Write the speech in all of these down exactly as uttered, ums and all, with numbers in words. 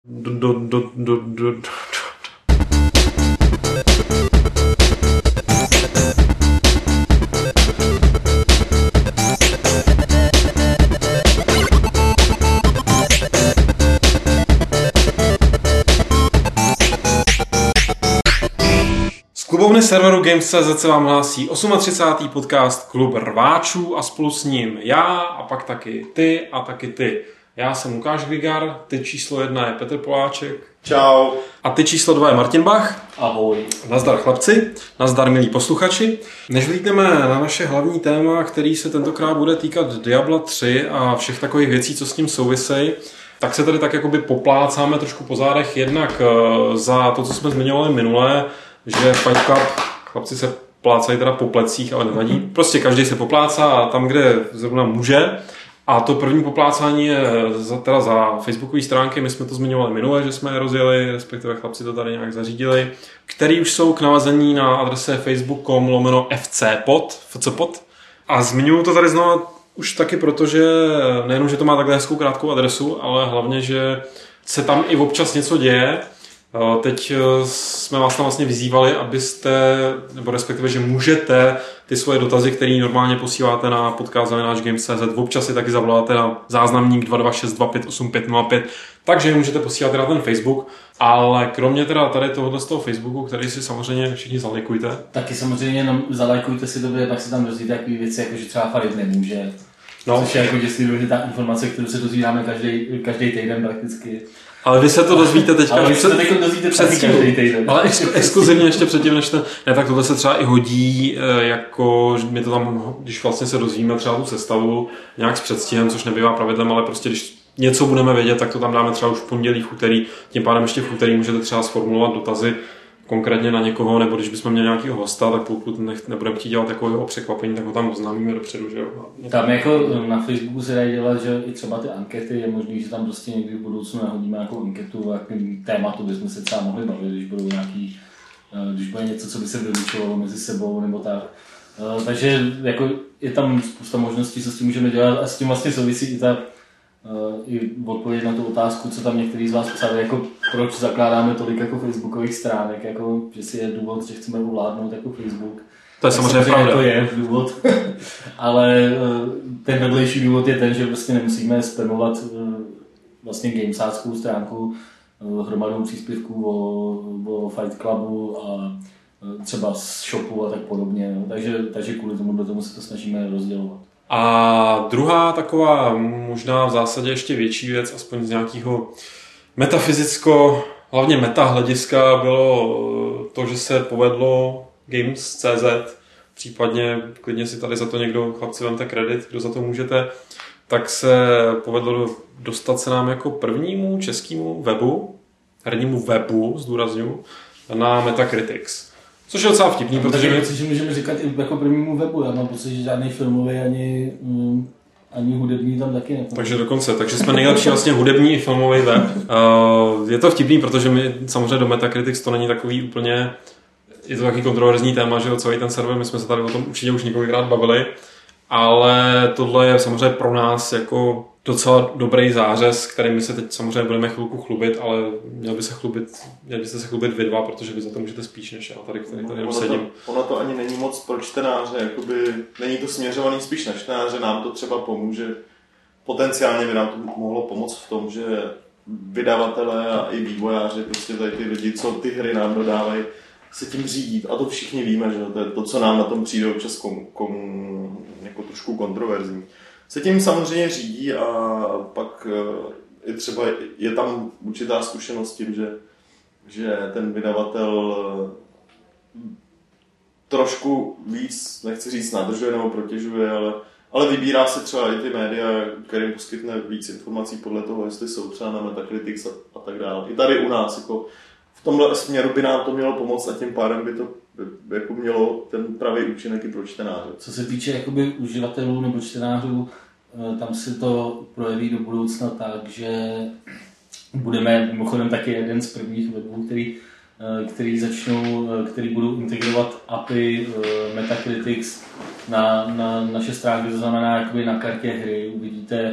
Do, do, do, do, do, do. Z klubovny serveru Games tečka cé zet se vám hlásí třicátý osmý podcast Klub rváčů a spolu s ním já a pak taky ty a taky ty. Já jsem Lukáš Grigar, ty číslo jedna je Petr Poláček. Čau. A ty číslo dva je Martin Bach. Ahoj. Nazdar chlapci, nazdar milí posluchači. Než vlítneme na naše hlavní téma, který se tentokrát bude týkat Diabla tři a všech takových věcí, co s tím souvisejí, tak se tady tak jakoby poplácáme trošku po zádech jednak za to, co jsme zmiňovali minule, že Fight Club, chlapci se plácají teda po plecích, ale nevadí. Prostě každý se poplácá a tam, kde zrovna může. A to první poplácání je za, teda za facebookové stránky, my jsme to zmiňovali minule, že jsme je rozjeli, respektive chlapci to tady nějak zařídili, který už jsou k nalezení na adrese facebook tečka com lomeno fcpod, fcpod. A zmiňuji to tady znovu už taky proto, že nejenom, že to má takhle hezkou krátkou adresu, ale hlavně, že se tam i občas něco děje. Teď jsme vás tam vlastně vyzývali, abyste, nebo respektive, že můžete ty svoje dotazy, které normálně posíláte na podcast zavináč games tečka cé zet, občas si taky zavoláte na záznamník dva dva šest dva pět osm pět nula pět, takže je můžete posílat na ten Facebook, ale kromě teda tady tohohle z toho Facebooku, který si samozřejmě všichni zalajkujte. Taky samozřejmě zalajkujte si to, pak si tam dozvíte takové věci, jako že třeba Farid nemůže. No. Což je jako děsný důležitá informace, kterou se dozvídáme každý, každý týden prakticky. Ale vy se to dozvíte teďka. Ale vy se to teď dozvíte před každý týden. Ale ex, exkluzivně ještě předtím, než ten... Ne, tak tohle se třeba i hodí, jako my to tam, když vlastně se dozvíme třeba tu sestavu nějak s předstihem, což nebývá pravidlem, ale prostě když něco budeme vědět, tak to tam dáme třeba už v pondělí, v úterý. Tím pádem ještě v úterý můžete třeba sformulovat dotazy konkrétně na někoho, nebo když bychom měli nějakého hosta, tak pokud nech, nebudeme chtít dělat takového překvapení, tak ho tam oznámíme dopředu, že jo. Tam jako na Facebooku se dají dělat, že i třeba ty ankety, je možný, že tam prostě někdy v budoucnu nahodíme nějakou anketu, jakým tématu bychom se třeba mohli bavit, když budou nějaký, když bude něco, co by se vylučovalo mezi sebou nebo tak. Takže jako je tam spousta možností, co s tím můžeme dělat a s tím vlastně souvisí i ta i odpověď na tu otázku, co tam některý z vás psali, jako proč zakládáme tolik jako facebookových stránek, jako že si je důvod, že chceme ovládnout jako Facebook. To je samozřejmě pravda. To je důvod, ale ten vedlejší důvod je ten, že prostě nemusíme spamovat vlastně gamesáckou stránku hromadou příspěvků o, o Fight Clubu a třeba z shopu a tak podobně. No. Takže, takže kvůli tomu, do tomu se to snažíme rozdělovat. A druhá taková možná v zásadě ještě větší věc, aspoň z nějakého metafyzicko, hlavně meta hlediska, bylo to, že se povedlo Games tečka cé zet, případně klidně si tady za to někdo, chlapci, vemte kredit, kdo za to můžete, tak se povedlo dostat se nám jako prvnímu českému webu, hernímu webu, zdůrazňuji, na Metacritics. Což je docela vtipný, no, protože... Takže si můžeme říkat i jako prvnímu webu, já mám pocit, že žádný filmový ani, mm, ani hudební tam taky nepomůže. Takže dokonce, takže jsme nejlepší vlastně hudební i filmový web. Uh, je to vtipný, protože my samozřejmě do Metacritics to není takový úplně, je to taky kontroverzní téma, že jo, celý ten server, my jsme se tady o tom určitě už několikrát bavili, ale tohle je samozřejmě pro nás jako docela dobrý zářez, kterým my se teď samozřejmě budeme chvilku chlubit, ale měl by se chlubit, měl byste se chlubit vy dva, protože vy za to můžete spíš než já tady, který tady ono sedím. To, ono to ani není moc pro čtenáře, jakoby není to směřovaný spíš na čtenáře, nám to třeba pomůže, potenciálně by nám to mohlo pomoct v tom, že vydavatelé a i vývojáři, prostě tady ty lidi, co ty hry nám dodávají, se tím řídí. A to všichni víme, že to je to, co nám na tom přijde občas kom, kom, jako trošku kontroverzní. Se tím samozřejmě řídí a pak i třeba je tam určitá zkušenost tím, že, že ten vydavatel trošku víc, nechci říct nadržuje nebo protěžuje, ale, ale vybírá si třeba i ty média, kterým poskytne víc informací podle toho, jestli jsou třeba na Metacritics a, a tak dále. I tady u nás, jako v tomhle směru by nám to mělo pomoct a tím pádem by to by, jako mělo ten pravý účinek i pro čtenáře. Co se týče jakoby uživatelů nebo čtenářů, tam se to projeví do budoucna tak, že budeme mimochodem taky jeden z prvních webů, který, který začnou, který budou integrovat A P I Metacritics na, na naše stránky, to znamená jakoby na kartě hry uvidíte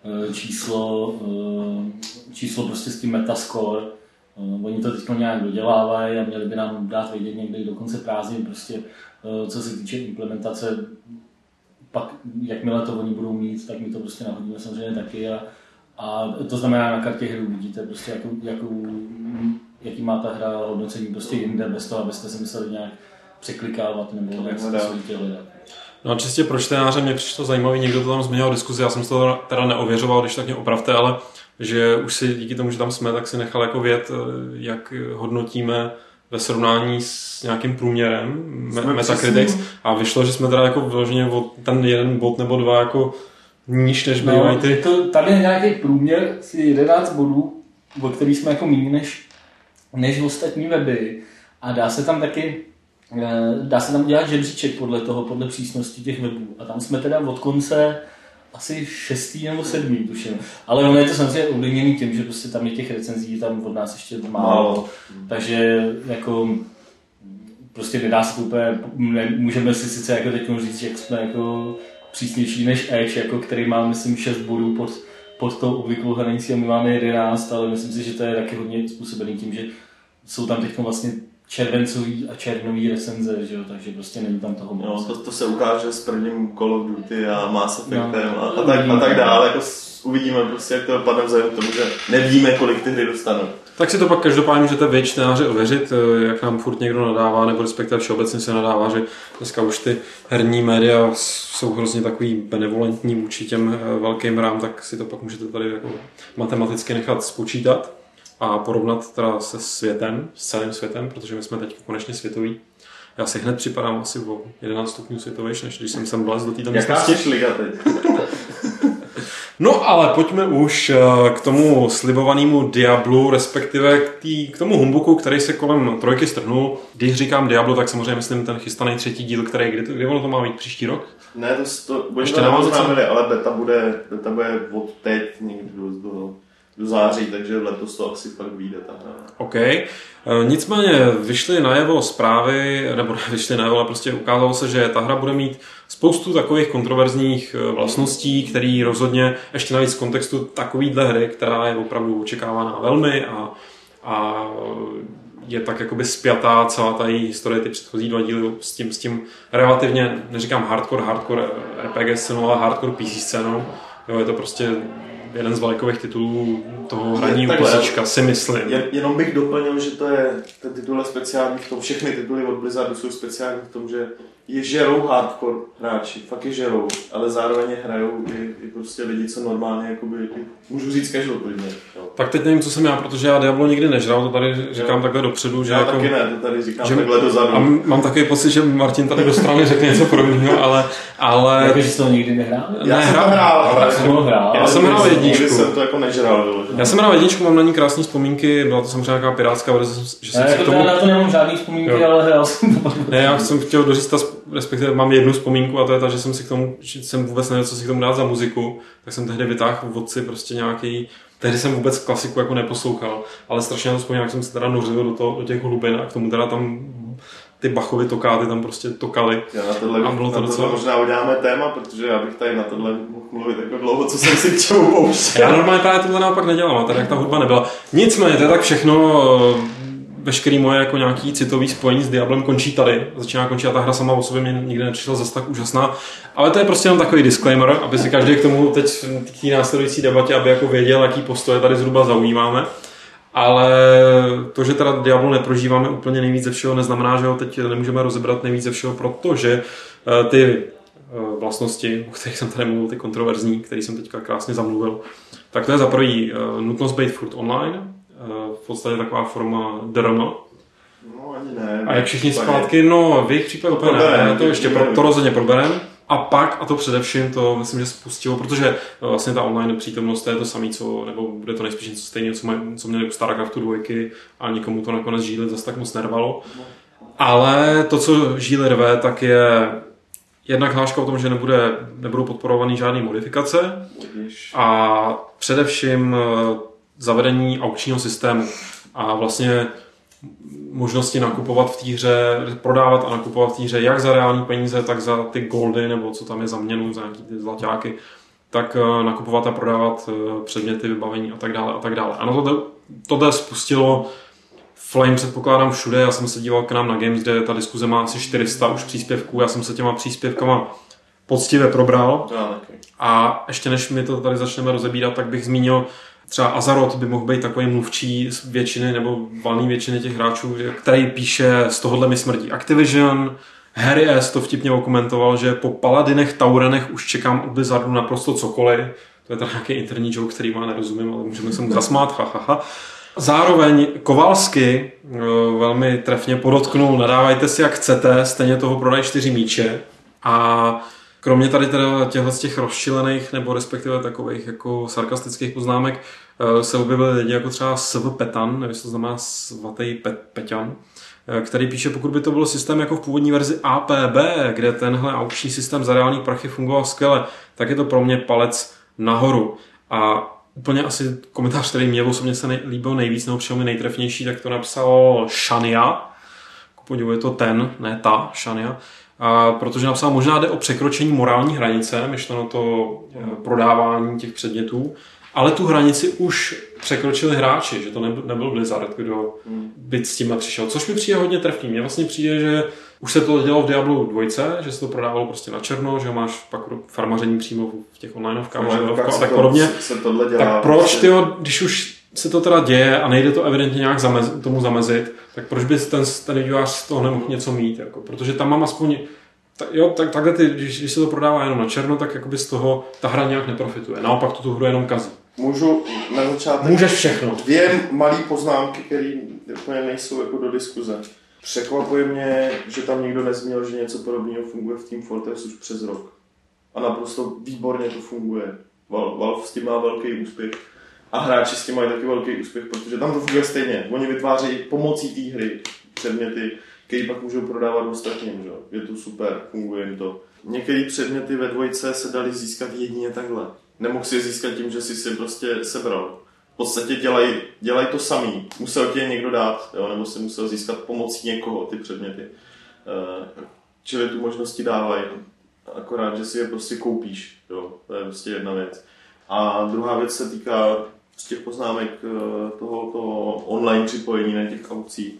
číslo, číslo prostě s tím metascore. Oni to teď nějak dodělávají a měli by nám dát vědět někdy do konce prázdnin, prostě, co se týče implementace. Pak, jakmile to oni budou mít, tak my to prostě nahodíme samozřejmě taky. A, a to znamená, na kartě hry vidíte, prostě, jakou, jakou, jaký má ta hra hodnocení prostě jinde, bez toho, abyste si mysleli nějak překlikávat nebo jak se to složitě hledat. No a čistě pro čtenáře mě přišlo zajímavý, někdo to tam zmiňoval v diskuzi, já jsem to teda neověřoval, když tak mě opravte, ale že už si díky tomu, že tam jsme, tak si nechal jako vědět, jak hodnotíme ve srovnání s nějakým průměrem Metacritics a vyšlo, že jsme teda jako vloženě o ten jeden bod nebo dva jako níž než bývají no, ty. To, tady je nějaký průměr si jedenáct bodů, o který jsme jako méně než, než ostatní weby a dá se tam taky dá se tam dělat žebříček podle toho, podle přísnosti těch webů a tam jsme teda od konce asi šestý nebo sedmý, tuším. Ale ono je to samozřejmě ovlivněný tím, že prostě tam je těch recenzí tam od nás ještě málo. Takže jako prostě nedá se to úplně, můžeme si sice jako teď říct, že jsme jako přísnější než Edge, jako který má myslím šest bodů pod, pod tou obvyklou hranicí a my máme jedenáct, ale myslím si, že to je taky hodně způsobený tím, že jsou tam teď vlastně červencový a červnový recenze, že jo, takže prostě není tam toho moc. No, to, to se ukáže s prvním Call of Duty a Mass Effectem no, a, a, tak, a tak dále, jako uvidíme prostě, jak to dopadne vzhledem k tomu, že nevíme, kolik ty hry dostanou. Tak si to pak každopádně můžete vy čtenáři ověřit, jak nám furt někdo nadává, nebo respektive všeobecně se nadává, že dneska už ty herní média jsou hrozně takový benevolentní vůči těm velkým hrám, tak si to pak můžete tady jako matematicky nechat spočítat a porovnat teda se světem, s celým světem, protože my jsme teď konečně světoví. Já si hned připadám asi o jedenáct stupňů světovější, než když jsem sem vlez do této místnosti. Jaká jsi liga teď? No ale pojďme už k tomu slibovanému Diablu, respektive k, tý, k tomu humbuku, který se kolem trojky strhnul. Když říkám Diablo, tak samozřejmě myslím ten chystaný třetí díl, který, kdy, kdy ono to má být příští rok? Ne, to, to, to ještě neoznámili, ale beta bude, beta bude od teď někdy do, do, do září, takže letos to asi fakt vyjde ta hra. OK. Nicméně vyšly najevo zprávy, nebo vyšly najevo, ale prostě ukázalo se, že ta hra bude mít spoustu takových kontroverzních vlastností, které rozhodně ještě navíc v kontextu takovýhle hry, která je opravdu očekávaná velmi a, a je tak jakoby spjatá celá ta její historie, ty předchozí dva díly s tím, s tím relativně, neříkám hardcore, hardcore R P G scénou, ale hardcore P C scénou. Jo, je to prostě jeden z vlajkových titulů toho hraní u písíčka, si myslím. Jen, jenom bych doplnil, že to je, ten titul je speciální v tom, všechny tituly od Blizzardu jsou speciální v tom, že je žerou hardcore hráči, fakt je žerou, ale zároveň hrajou i, i prostě lidi, co normálně, jakoby, můžu říct casual klidně. Tak teď nevím, co jsem já, protože já Diablo nikdy nežral, to tady říkám jo. takhle dopředu. Že já jako, taky ne, to tady říkám že, takhle dozadu. A mám takový pocit, že Martin tady do strany řekne něco podobného, ale... ale... Jako, že jsi to nikdy nehrál? Já ne, jsem to hrál, ale... Já jsem, hrál, já jsem hrál jedničku. jsem to jako nežral. Vyložený. Já jsem hrál jedničku, mám na ní krásné vzpomínky, byla to samozřejmě nějaká pirátská verze, že jsem ne, si jako k tomu... Já na to nemám žádný vzpomínky, jo. ale hrál jsem to. Ne, já jsem chtěl doříct, ta, respektive mám jednu vzpomínku a to je ta, že jsem si k tomu, že jsem vůbec nevěděl, co si k tomu dát za muziku, tak jsem tehdy vytáhl v vodci prostě nějaký, tehdy jsem vůbec klasiku jako neposlouchal, ale strašně na to vzpomínám, jak jsem se teda nořil do, toho, do těch hlubin a k tomu teda tam ty Bachovy tokáty tam prostě tokaly. Já na tohle, a bylo to na docela... tohle možná uděláme téma, protože já bych tady na tohle mohl mluvit jako dlouho, co jsem si k čemu pouštěl. Já normálně právě tohle naopak nedělám, a tady jak ta hudba nebyla. Nicméně, to je tak všechno, veškerý moje jako nějaký citový spojení s Diablem končí tady. Začíná končit a ta hra sama o sobě mě nikdy nepřišla zase tak úžasná. Ale to je prostě jenom takový disclaimer, aby si každý k tomu teď v té následující debatě, aby jako věděl, jaký postoje tady zhruba zaujímáme. Ale to, že teda Diablo neprožíváme úplně nejvíc ze všeho, neznamená, že ho teď nemůžeme rozebrat nejvíc ze všeho, protože ty vlastnosti, o kterých jsem tady mluvil, ty kontroverzní, který jsem teďka krásně zamluvil, tak to je za prvý nutnost být furt online, v podstatě taková forma D R M. No ani ne. A jak všichni zpátky, no v jejich případě úplně ne, to ještě pro, to rozhodně proberem. A pak, a to především, to myslím, že spustilo, protože vlastně ta online přítomnost to je to samé, co, nebo bude to nejspíš něco stejného, co, co měli u StarCraftu dvojky a nikomu to nakonec žíly zase tak moc nervalo. Ale to, co žíly rve, tak je jednak hláška o tom, že nebude, nebudou podporovaný žádné modifikace a především zavedení aukčního systému a vlastně možnosti nakupovat v té hře, prodávat a nakupovat v té hře jak za reální peníze, tak za ty goldy, nebo co tam je za měnu, za nějaký ty zlaťáky, tak nakupovat a prodávat předměty, vybavení a tak dále a tak dále. Ano, to, to spustilo Flame, předpokládám, všude. Já jsem se díval k nám na Games, kde ta diskuze má asi čtyři sta už příspěvků. Já jsem se těma příspěvkama poctivě probral. A ještě než my to tady začneme rozebírat, tak bych zmínil, třeba Azaroth by mohl být takový mluvčí z většiny nebo valný většiny těch hráčů, který píše z tohohle mi smrdí Activision. Harry S. to vtipně okomentoval, že po Paladinech, Taurenech už čekám od Blizzardu naprosto cokoliv. To je teda nějaký interní joke, který má nerozumím, ale můžeme se mu zasmát, ha, ha, ha. Zároveň Kovalsky velmi trefně podotknul, nadávajte si jak chcete, stejně toho prodají čtyři míče. A kromě tady teda těchto z těch rozčilených nebo respektive takových jako sarkastických poznámek se objevily lidi jako třeba Sv Petan, nevím, co znamená svatý Pet, Peťan, který píše, pokud by to byl systém jako v původní verzi A P B, kde tenhle aukční systém za reální prachy fungoval skvěle, tak je to pro mě palec nahoru. A úplně asi komentář, který mě osobně se nej, líbil nejvíc, nebo přišel mi nejtrefnější, tak to napsal Shania. Podivu je to ten, ne ta Shania. A protože napsal, možná jde o překročení morální hranice, myšleno to prodávání těch předmětů, ale tu hranici už překročili hráči, že to nebyl Blizzard, kdo by s tím přišel. Což mi přijde hodně trefný. Mně vlastně přijde, že už se to dělalo v Diablu dva, že se to prodávalo prostě na černo, že máš pak farmaření přímo v těch onlineovkách a tak podobně. Tak proč, tyjo, když už se to teda děje a nejde to evidentně nějak zamez, tomu zamezit, tak proč by ten, ten vývojář z toho nemohl něco mít? Jako? Protože tam mám aspoň... Ta, jo, tak, takhle ty, když, když se to prodává jenom na černo, tak jakoby z toho ta hra nějak neprofituje. Naopak to tu hru jenom kazí. Můžu na začátek... Můžeš všechno. Dvě malé poznámky, které úplně nejsou jako do diskuze. Překvapuje mě, že tam nikdo nezmínil, že něco podobného funguje v Team Fortress už přes rok. A naprosto výborně to funguje. Valve s tím má velký úspěch. A hráči s tím mají taky velký úspěch, protože tam to funguje stejně. Oni vytvářejí pomocí té hry předměty, které pak můžou prodávat ostatním. Že? Je to super, funguje jim to. Některé předměty ve dvojce se daly získat jedině takhle. Nemohl si je získat tím, že jsi si prostě sebral. V podstatě dělají dělaj to samý. Musel ti je někdo dát, jo? Nebo si musel získat pomocí někoho ty předměty. Uh, čili tu možnosti dávají. Akorát, že si je prostě koupíš. Jo? To je prostě jedna věc. A druhá věc se týká z těch poznámek toho, toho online připojení na těch aukcí.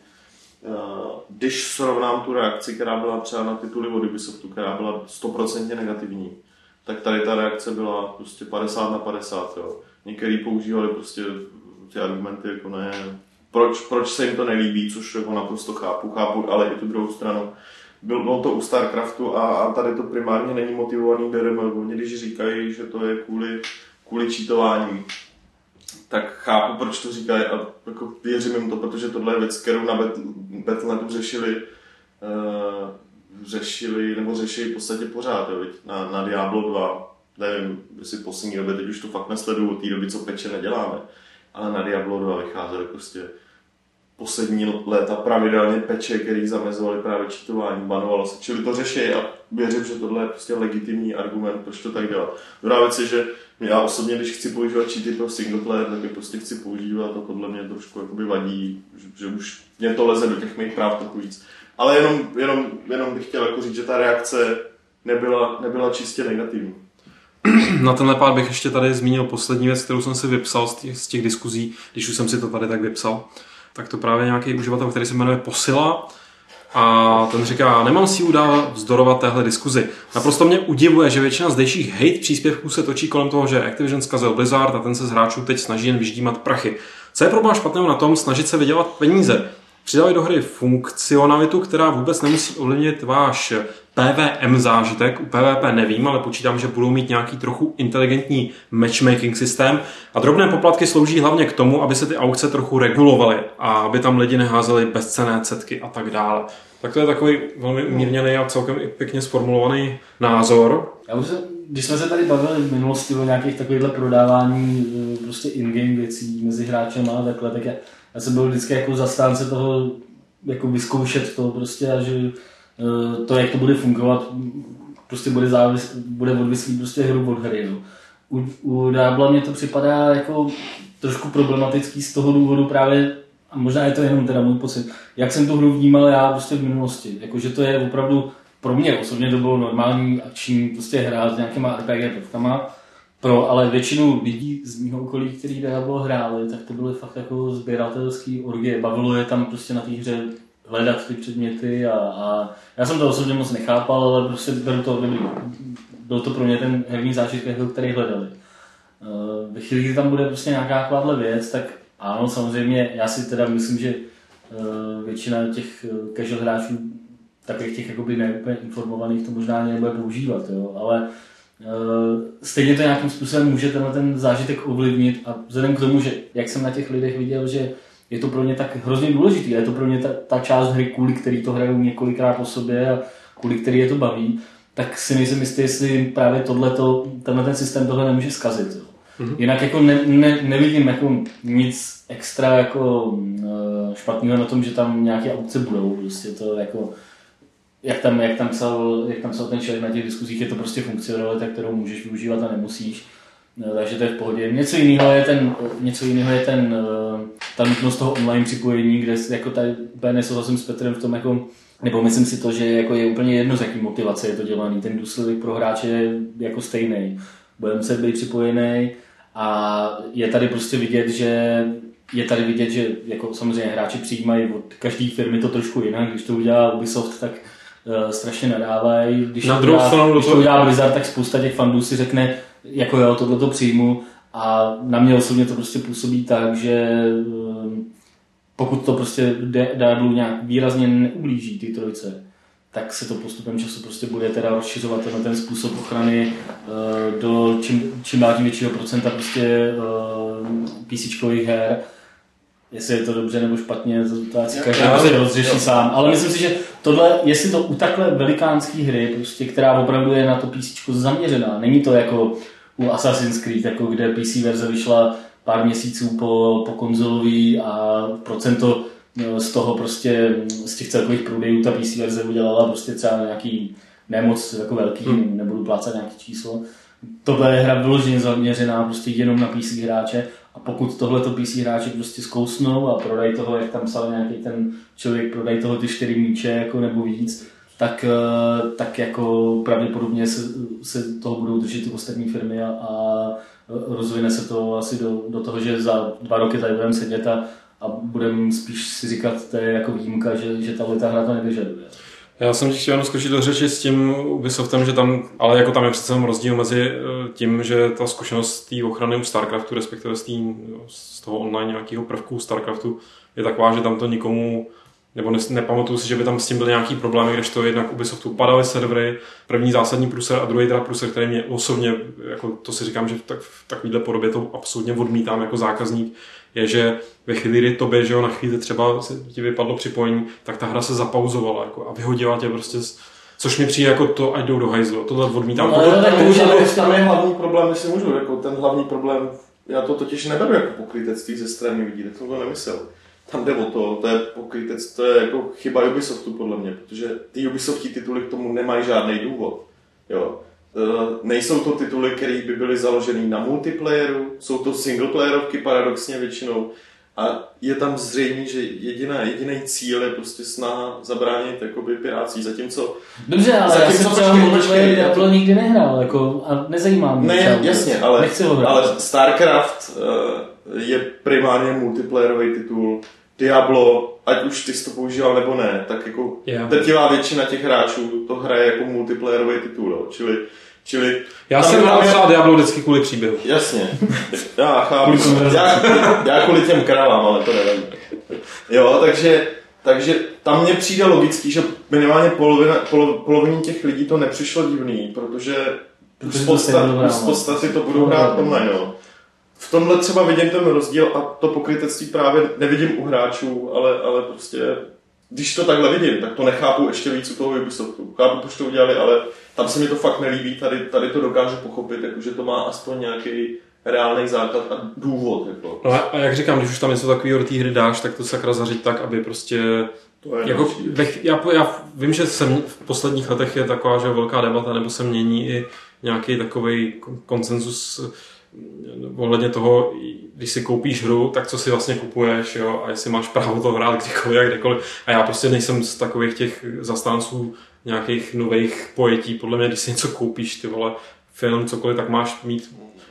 Když srovnám tu reakci, která byla třeba na tituly od Ubisoftu, která byla sto procent negativní, tak tady ta reakce byla prostě padesát na padesát. Jo. Někteří používali prostě ty argumenty jako ne, proč, proč se jim to nelíbí, což jako naprosto chápu, chápu, ale i tu druhou stranu. Bylo to u StarCraftu a, a tady to primárně není motivovaný D R M. Oni když říkají, že to je kvůli, kvůli čítování, tak chápu, proč to říkají a jako věřím jim to, protože tohle je věc, kterou na Battle dot netu řešili, uh, řešili nebo řeší v podstatě pořád, jo, na, na Diablo dva. Nevím, jestli poslední době, teď už to fakt nesleduju od té doby, co peče neděláme, ale na Diablo dva vycházely prostě poslední léta pravidelně peče, který zamezovaly právě čítování, banovalo se, čili to řeší a věřím, že tohle je prostě legitimní argument, proč to tak dělat. Druhá věc je, že já osobně, když chci používat cheaty pro single player, tak je prostě chci používat a tohle mě trošku jakoby vadí, že, že už mě to leze do těch mých práv trochu víc. Ale jenom, jenom, jenom bych chtěl jako říct, že ta reakce nebyla, nebyla čistě negativní. Na tenhle pád bych ještě tady zmínil poslední věc, kterou jsem si vypsal z těch, z těch diskuzí, když už jsem si to tady tak vypsal. Tak to právě nějaký uživatel, který se jmenuje Posila a ten říká, nemám sílu dál vzdorovat téhle diskuzi. Naprosto mě udivuje, že většina zdejších hate příspěvků se točí kolem toho, že Activision zkazil Blizzard a ten se z hráčů teď snaží jen vyždímat prachy. Co je problém špatného na tom snažit se vydělat peníze? Přidali do hry funkcionalitu, která vůbec nemusí ovlivnit váš P V M zážitek. U P V P nevím, ale počítám, že budou mít nějaký trochu inteligentní matchmaking systém. A drobné poplatky slouží hlavně k tomu, aby se ty aukce trochu regulovaly a aby tam lidi neházeli bezcenné cetky a tak dále. Tak to je takový velmi umírněný a celkem i pěkně sformulovaný názor. Já už se, když jsme se tady bavili v minulosti o nějakých takovýchhle prodávání prostě in-game věcí mezi hráčem a takhle, tak já, já jsem byl vždycky jako zastánce toho jako vyzkoušet to prostě a že to, jak to bude fungovat, prostě bude, závis, bude odvislý prostě hru od hry. Jo. U, u Diabla mě to připadá jako trošku problematický z toho důvodu právě, a možná je to jenom teda můj pocit, jak jsem tu hru vnímal já prostě v minulosti. Jakože to je opravdu, pro mě osobně to bylo normální akční prostě hra s nějakýma R P G prvkama pro ale většinu lidí z mého okolí, kteří Diablo hráli, tak to byly fakt jako sběratelský orgie. Bavilo je tam prostě na té hře hledat ty předměty a, a já jsem to osobně moc nechápal, ale prostě byl to, byl to pro mě ten herní zážitek, který hledali. Ve chvíli, kdy tam bude prostě nějaká takováhle věc, tak ano, samozřejmě, já si teda myslím, že většina těch casual hráčů, takových těch jakoby neúplně informovaných, to možná ani nebude používat, jo? Ale stejně to nějakým způsobem může tenhle ten zážitek ovlivnit a vzhledem k tomu, že jak jsem na těch lidech viděl, že je to pro ně tak hrozně důležitý, je to pro ně ta, ta část hry, kvůli který to hrajou několikrát po sobě a kvůli který je to baví, tak si nejsem jistý, jestli právě tohleto, tenhle ten systém tohle nemůže zkazit. Jo. Mm-hmm. Jinak jako ne, ne, nevidím jako nic extra jako špatného na tom, že tam nějaké aukce budou. Prostě to jako, jak tam, jak tam psal, jak tam psal ten člověk na těch diskuzích, je to prostě funkcionalita, kterou můžeš využívat a nemusíš. Takže to je v pohodě. Něco jiného je ten, něco jiného je ten, ta nutnost toho online připojení, kde jako tady úplně nesouhlasím s Petrem v tom, jako, nebo myslím si to, že jako je úplně jedno, z jaký motivace je to dělaný. Ten důsledek pro hráče je jako stejný. Bude muset být připojený a je tady prostě vidět, že je tady vidět, že jako samozřejmě hráči přijímají od každé firmy to trošku jinak. Když to udělá Ubisoft, tak uh, strašně nadávají. Když, Na to udělá, stranu když to udělá Blizzard, tak spousta těch fandů si řekne, jako jo, tohleto přijmu. A na mě osobně to prostě působí tak, že uh, pokud to prostě Diablu nějak výrazně neublíží ty trojce, tak se to postupem času prostě bude teda rozšiřovat na ten způsob ochrany uh, do čím, čím dál tím většího procenta prostě uh, PCčkových her. Jestli je to dobře nebo špatně, to si každý prostě rozřeší sám. Ale myslím si, že tohle, jestli to u takhle velikánský hry, prostě, která opravdu je na to PCčko zaměřená, není to jako u Assassin's Creed, jako kde P C verze vyšla pár měsíců po, po konzolový a procento z toho prostě, z těch celkových prodejů ta P C verze udělala prostě třeba nějaký nemoc jako velký, hmm. nebudu plácat nějaký číslo. Tohle je hra vyloženě zaměřená prostě jenom na P C hráče a pokud tohleto P C hráči prostě zkousnou a prodají toho, jak tam psal nějaký ten člověk, prodají toho ty čtyři míče jako nebo víc, tak, tak jako pravděpodobně se, se toho budou držet ty ostatní firmy a, a rozvine se to asi do, do toho, že za dva roky tady budeme sedět a a budeme spíš si říkat, to je jako výjimka, že, že tahle ta hra to nevyžaduje. Já jsem ti chtěl jenom skočit do řeči s tím Ubisoftem, že tam, ale jako tam je přece rozdíl mezi tím, že ta zkušenost té ochrany u StarCraftu, respektive z, tý, z toho online nějakého prvku StarCraftu, je taková, že tam to nikomu, nebo ne, nepamatuju si, že by tam s tím byly nějaký problémy, když to jednak Ubisoftu padaly servery, první zásadní průser a druhý teda průser, který mě osobně, jako to si říkám, že v, tak, v takovéhle podobě to absolutně odmítám jako zákazník, je, že ve chvíli, kdy tobě, že jo, na chvíli třeba ti vypadlo připojení, tak ta hra se zapauzovala jako, a vyhodila tě prostě, což mi přijde jako to, ať jdou do hajzlu, tohle odmítám. No, ale tak může, tam je hlavní problém, jestli můžu, jako ten hlavní problém, já to totiž neberu jako pokrytectví ze strany lidí, tak jsem to nemyslel. Tam jde o to, to je pokrytectví, to je jako chyba Ubisoftu podle mě, protože ty Ubisofti tituly k tomu nemají žádný důvod, jo. Nejsou to tituly, které by byly založené na multiplayeru, jsou to singleplayerovky paradoxně většinou a je tam zřejmé, že jediná, jediný cíl je prostě snaha zabránit jakoby pirácí, zatímco... Dobře, ale zatímco, já jsem třeba multiplayer Diablo nikdy nehrál jako, a nezajímá mě. Ne, jasně, ale, ale StarCraft uh, je primárně multiplayerový titul. Diablo, ať už ty jsi to používal nebo ne, tak jako yeah. drtivá většina těch hráčů to hraje jako multiplayerový titul, čili, čili já jsem hrál třeba Diablo vždycky kvůli příběhu. Jasně, já chápu, já, já kvůli těm krávám, ale to nevím. Jo, takže, takže tam mně přijde logický, že minimálně polovina, polo, polovině těch lidí to nepřišlo divný, protože z podstaty to budou hrát online, jo. V tomhle třeba vidím ten rozdíl a to pokrytectví právě nevidím u hráčů, ale, ale prostě, když to takhle vidím, tak to nechápu ještě víc u toho Ubisoftu. Chápu, proč to udělali, ale tam se mi to fakt nelíbí, tady, tady to dokážu pochopit, jako, že to má aspoň nějaký reálný základ a důvod. Jako. No a jak říkám, když už tam něco takového do té hry dáš, tak to sakra zařiď tak, aby prostě... To je jako, já, já vím, že jsem v posledních letech je taková že velká debata, nebo se mění i nějaký takovej konsenzus ohledně toho, když si koupíš hru, tak co si vlastně kupuješ, jo, a jestli máš právo to hrát kdykoliv a kdekoliv. A já prostě nejsem z takových těch zastánců nějakých nových pojetí. Podle mě, když si něco koupíš, ty vole, film, cokoliv, tak máš mít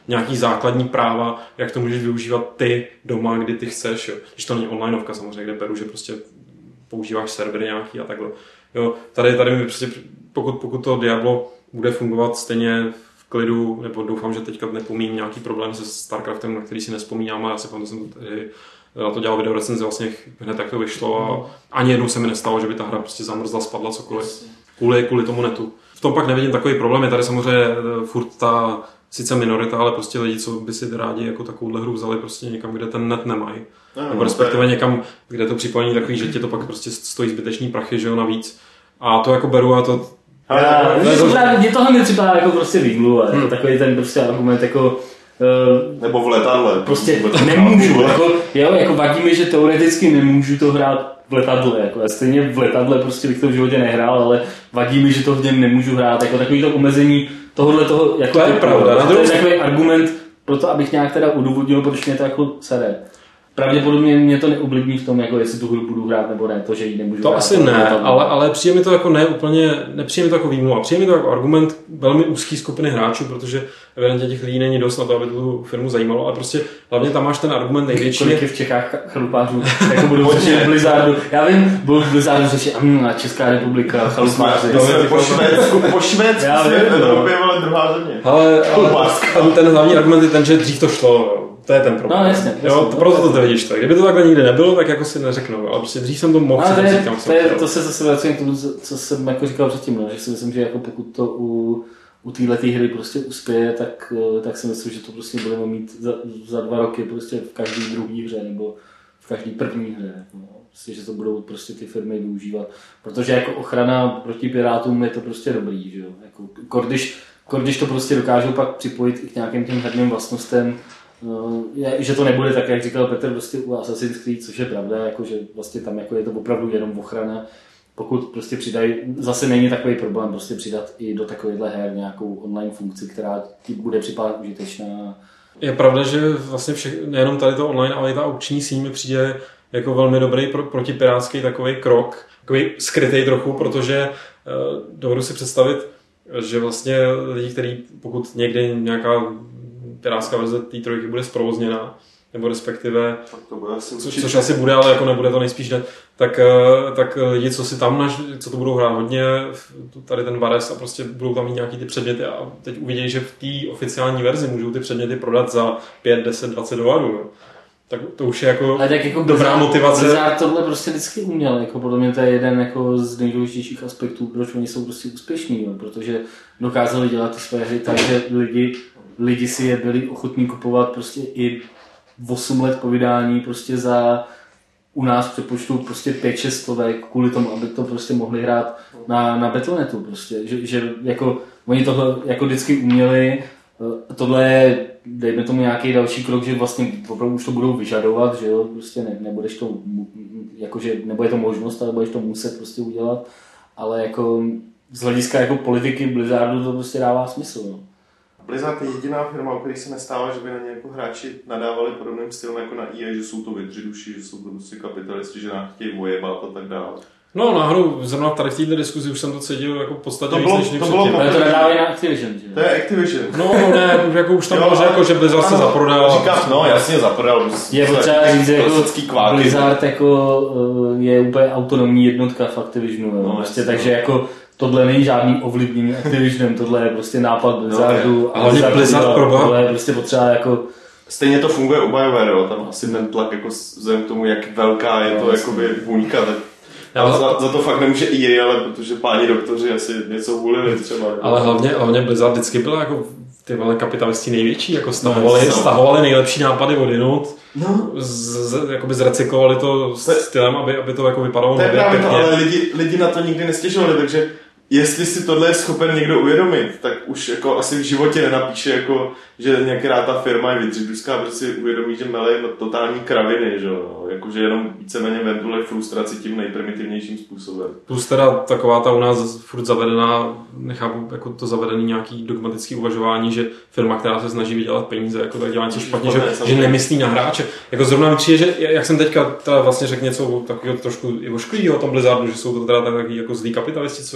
nějaký základní práva, jak to můžeš využívat ty doma, kdy ty chceš, jo. Když to není onlineovka samozřejmě, kde beru, že prostě používáš servery nějaký a takhle. Jo, tady, tady mi prostě, pokud, pokud to Diablo bude fungovat stejně v klidu, nebo doufám, že teďka nepomíním nějaký problém se StarCraftem, na který si nevzpomínám, a já si pamatuju, jsem tady na to dělal video recenze vlastně hned tak to vyšlo a ani jednou se mi nestalo, že by ta hra prostě zamrzla, spadla cokoliv. Kvůli, kvůli tomu netu. V tom pak nevidím takový problém, je tady samozřejmě furt ta sice minorita, ale prostě lidi, co by si rádi jako takovouhle hru vzali prostě někam, kde ten net nemají. No, nebo respektive někam, kde to připojení takový, že tě to pak prostě stojí zbytečný prachy, že jo, navíc. A to jako beru a to... Já, mě tohle mi připadá jako prostě výmluva, hmm. jako takový ten prostě argument jako... Uh, Nebo v letadle. Prostě nemůžu, jako, jo, jako vadí mi, že teoreticky nemůžu to hrát v letadle, jako já stejně v letadle prostě bych to v životě nehrál, ale vadí mi, že to v něm nemůžu hrát, jako takový to omezení tohohle toho, jako to je ty, pravda. To je takový argument pro to, abych nějak teda udůvodnil, proč mě to jako sere. Pravděpodobně mě to neoblivní v tom, jako jestli tu hru budu hrát nebo ne, to, že ji nemůžu to hrát. To asi ne, ale, ale přijde mi to jako ne úplně, nepřijde mi to jako výmluva, přijde mi to jako argument velmi úzký skupiny hráčů, protože evidentně těch lidí není dost na to, aby tu firmu zajímalo, a prostě hlavně tam máš ten argument největší. Kolik je v Čechách chalupářů, jako budou řešit v Blizzardu. Já vím, budou v Blizzardu řešit a Česká republika, chalupáři. Po Švédsku, po Švédsku jsme v Evropě, ale druhá země. Ale, ale ten hlavní argument je ten, že dřív to šlo. To je ten problém. No, jasně, jasně, jo, to proto to vidíš tak. Kdyby to takhle nikdy nebylo, tak jako si neřeknou, ale prostě dřív jsem to mohl si říct, kam jsem chtěl. To se zase vracím k tomu, co jsem jako říkal předtím, no, že si myslím, že jako pokud to u, u této hry prostě uspěje, tak, tak si myslím, že to prostě budeme mít za, za dva roky prostě v každé druhé hře nebo v každé první hře. No. Prostě, že to budou prostě ty firmy využívat. Protože jako ochrana proti pirátům je to prostě dobrý, že jo. Jako, když, když to prostě dokážou pak připojit i k nějakým těm herným vlastnostem, no, je, že to nebude tak, jak říkal Petr, prostě u Assassin's Creed, což je pravda, jako, že vlastně tam jako je to opravdu jenom ochrana. Pokud prostě přidají, zase není takový problém prostě přidat i do takovéhle her nějakou online funkci, která ti bude připadat užitečná. Je pravda, že vlastně vše, nejenom tady to online, ale i ta aukční síň mi přijde jako velmi dobrý pro, protipirátský takový krok, takový skrytej trochu, protože uh, dovedu si představit, že vlastně lidi, kteří pokud někdy nějaká pirátská verze té trojky bude zprovozněna, nebo respektive, to bude asi co, což asi bude, ale jako nebude to nejspíš ne, tak, tak lidi, co si tam, naš, co to budou hrát hodně, tady ten Vares a prostě budou tam mít nějaký ty předměty a teď uvidějí, že v té oficiální verzi můžou ty předměty prodat za pět, deset, dvacet dolarů. Tak to už je jako, tak jako dobrá Blizzard, motivace. Blizzard tohle prostě vždycky uměl, jako podle mě to je jeden jako z nejdůležitějších aspektů, proč oni jsou prostě úspěšní, jo, protože dokázali dělat ty své hry tak, že lidi lidi si je byli ochotní kupovat prostě i osm let po vydání prostě za u nás přepočtu prostě pět šest stovek kvůli tomu, aby to prostě mohli hrát na, na Battle dot netu prostě, že, že jako oni tohle jako vždycky uměli, tohle je, dejme tomu nějaký další krok, že vlastně opravdu už to budou vyžadovat, že jo, prostě ne, nebudeš to, jakože nebude to možnost, ale budeš to muset prostě udělat, ale jako z hlediska jako politiky Blizzardu to prostě dává smysl, no. Blizzard je jediná firma, o které se nestává, že by na ně jako hráči nadávali podobným stylem jako na E A, že jsou to vydřiduši, že jsou to prostě kapitalisti, že nám chtějí vojebat a tak dále. No, náhodou, zrovna tady v této diskuzi už jsem to cítil jako v podstatě víc než to bylo, to nadávají na Activision, že? To je Activision. No, ne, jako už tam bylo, že, jako, že Blizzard se zaprodal. Říkáš, no, jasně zaprodal. Je potřeba říct, jako Blizzard jako je úplně autonomní jednotka v Activisionu, no, prostě, takže jako tohle není žádný ovlivnění Activisionem, tohle je prostě nápad Blizzardu. No, ale Blizzard, Blizzard pro tohle je prostě potřeba jako... Stejně to funguje u BioWare, jo? Tam asi ten tlak jako vzhledem k tomu, jak velká je no, to jakoby buňka, tak ale za, za to fakt nemůže E A, ale protože páni doktoři asi něco hulili třeba. Ale hlavně, hlavně Blizzard vždycky byl jako ty vole kapitalisti největší, jako stahovali, no, stahovali nejlepší nápady od jinut, no. z, z, jakoby zrecyklovali to stylem, aby, aby to jako vypadalo nově pěkně. To, ale lidi, lidi na to nikdy nestěžovali, takže jestli si tohle je schopen někdo uvědomit, tak už jako asi v životě nenapíše, jako, že některá ta firma je vydřiduská, protože si uvědomí, že melej totální kraviny, že jo? Jakože jenom víceméně ventuluje frustraci tím nejprimitivnějším způsobem. Plus teda taková ta u nás furt zavedená, nechápu jako to zavedený nějaký dogmatický uvažování, že firma, která se snaží vydělat peníze, jako tak dělá něco špatně, že, že nemyslí na hráče. Jako zrovna mi přijde, že jak jsem teďka teda vlastně řekl něco takového trošku i ošklivého o tom Blizzardu, že jsou to teda taky jako zlí kapitalisti, co recyklují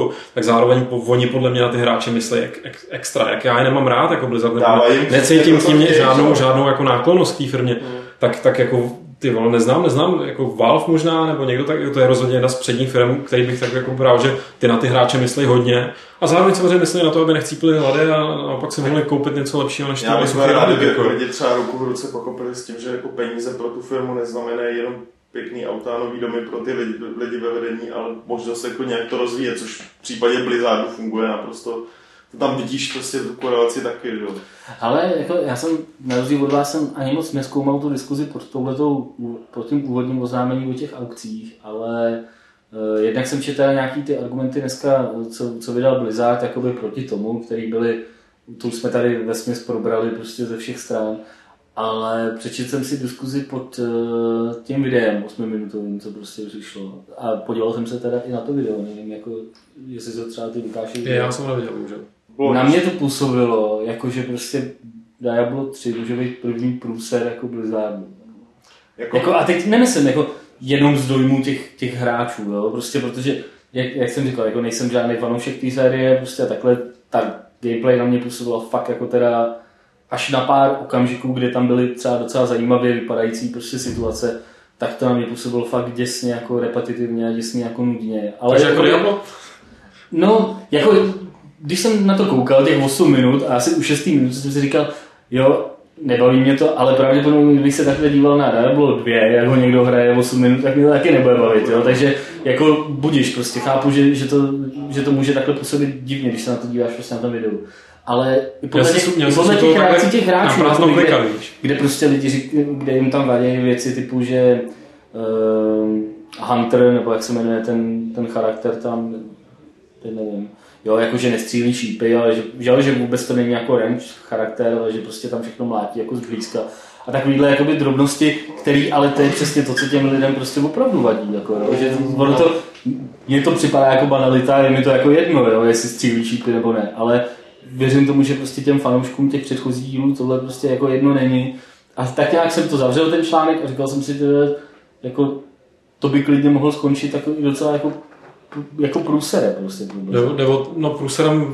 jako, tak zároveň po, oni podle mě na ty hráče myslí ek, ek, extra, jak já je nemám rád, jako Blizzard, nebo necítím k ním žádnou, žádnou jako náklonnost k té firmě, mm. tak, tak jako ty vole, neznám, neznám, jako Valve možná, nebo někdo tak, to je rozhodně jedna z předních firm, který bych tak jako bral, že ty na ty hráče myslí hodně a zároveň samozřejmě myslí na to, aby nechcípili hlady a naopak si mohli koupit něco lepšího než ty. Já bych byl rád, kdyby jako lidi třeba ruku v ruce pochopili s tím, že jako peníze pro tu firmu neznamenají jenom pěkný auta, nový domy pro ty lidi, lidi ve vedení, ale možnost jako nějak to rozvíjet, což v případě Blizzardu funguje naprosto. Tam vidíš prostě tu korelaci taky, jo. Ale jako já jsem, na rozdíl od vás, jsem ani moc nezkoumal tu diskuzi pod touhletou, pod tím úvodním oznámením o těch aukcích, ale uh, jednak jsem četl nějaký ty argumenty dneska, co, co vydal Blizzard, jakoby proti tomu, který byli, to jsme tady vesměs probrali prostě ze všech stran, ale přečetl jsem si diskuzi pod uh, tím videem osmiminutovým, co prostě přišlo. A podíval jsem se teda i na to video, nevím, jako, jestli se třeba ty vykášejí. Já jsem neviděl, můžu. Na mě to působilo, jakože prostě Diablo tři může být první průser jako Blizzardu. Jako... Jako, a teď nemyslím jako jenom z dojmu těch, těch hráčů, jo? Prostě protože, jak, jak jsem říkal, jako nejsem žádný fanoušek té série, prostě a takhle ta gameplay na mě působila fakt jako teda až na pár okamžiků, kde tam byly třeba docela zajímavě vypadající prostě situace, tak to na mě působilo fakt děsně jako repetitivně a děsně jako nudně. Ale takže jako Diablo? No, jako když jsem na to koukal těch osm minut a asi u šest minut jsem si říkal, jo, nebaví mě to, ale pravděpodobně, když se takhle díval na Diablo dva, jak ho někdo hraje osm minut, tak mě to taky nebude bavit, jo? Takže jako budiš, prostě chápu, že, že, to, že to může takhle působit divně, když se na to díváš prostě na tom videu. Ale i podle těch, i podle těch reakcí těch hráčů, kde, kde prostě lidi říkají, kde jim tam vadí věci typu, že uh, Hunter, nebo jak se jmenuje ten, ten charakter tam, teď nevím, jo, jakože nestřílí šípy, ale že, že, že vůbec to není jako range charakter, ale že prostě tam všechno mlátí jako zblízka. A takovýhle jakoby drobnosti, který, ale to je přesně to, co těm lidem prostě opravdu vadí. Jako, jo, že ono to, mně to připadá jako banalita, je mi to jako jedno, jo, jestli střílí šípy nebo ne, ale věřím tomu, že prostě těm fanouškům těch předchozích dílů tohle prostě jako jedno není. A tak nějak jsem to zavřel ten článek a říkal jsem si, že jako, to by klidně mohlo skončit takový docela jako jako průserem prostě. Nebo, nebo no průserem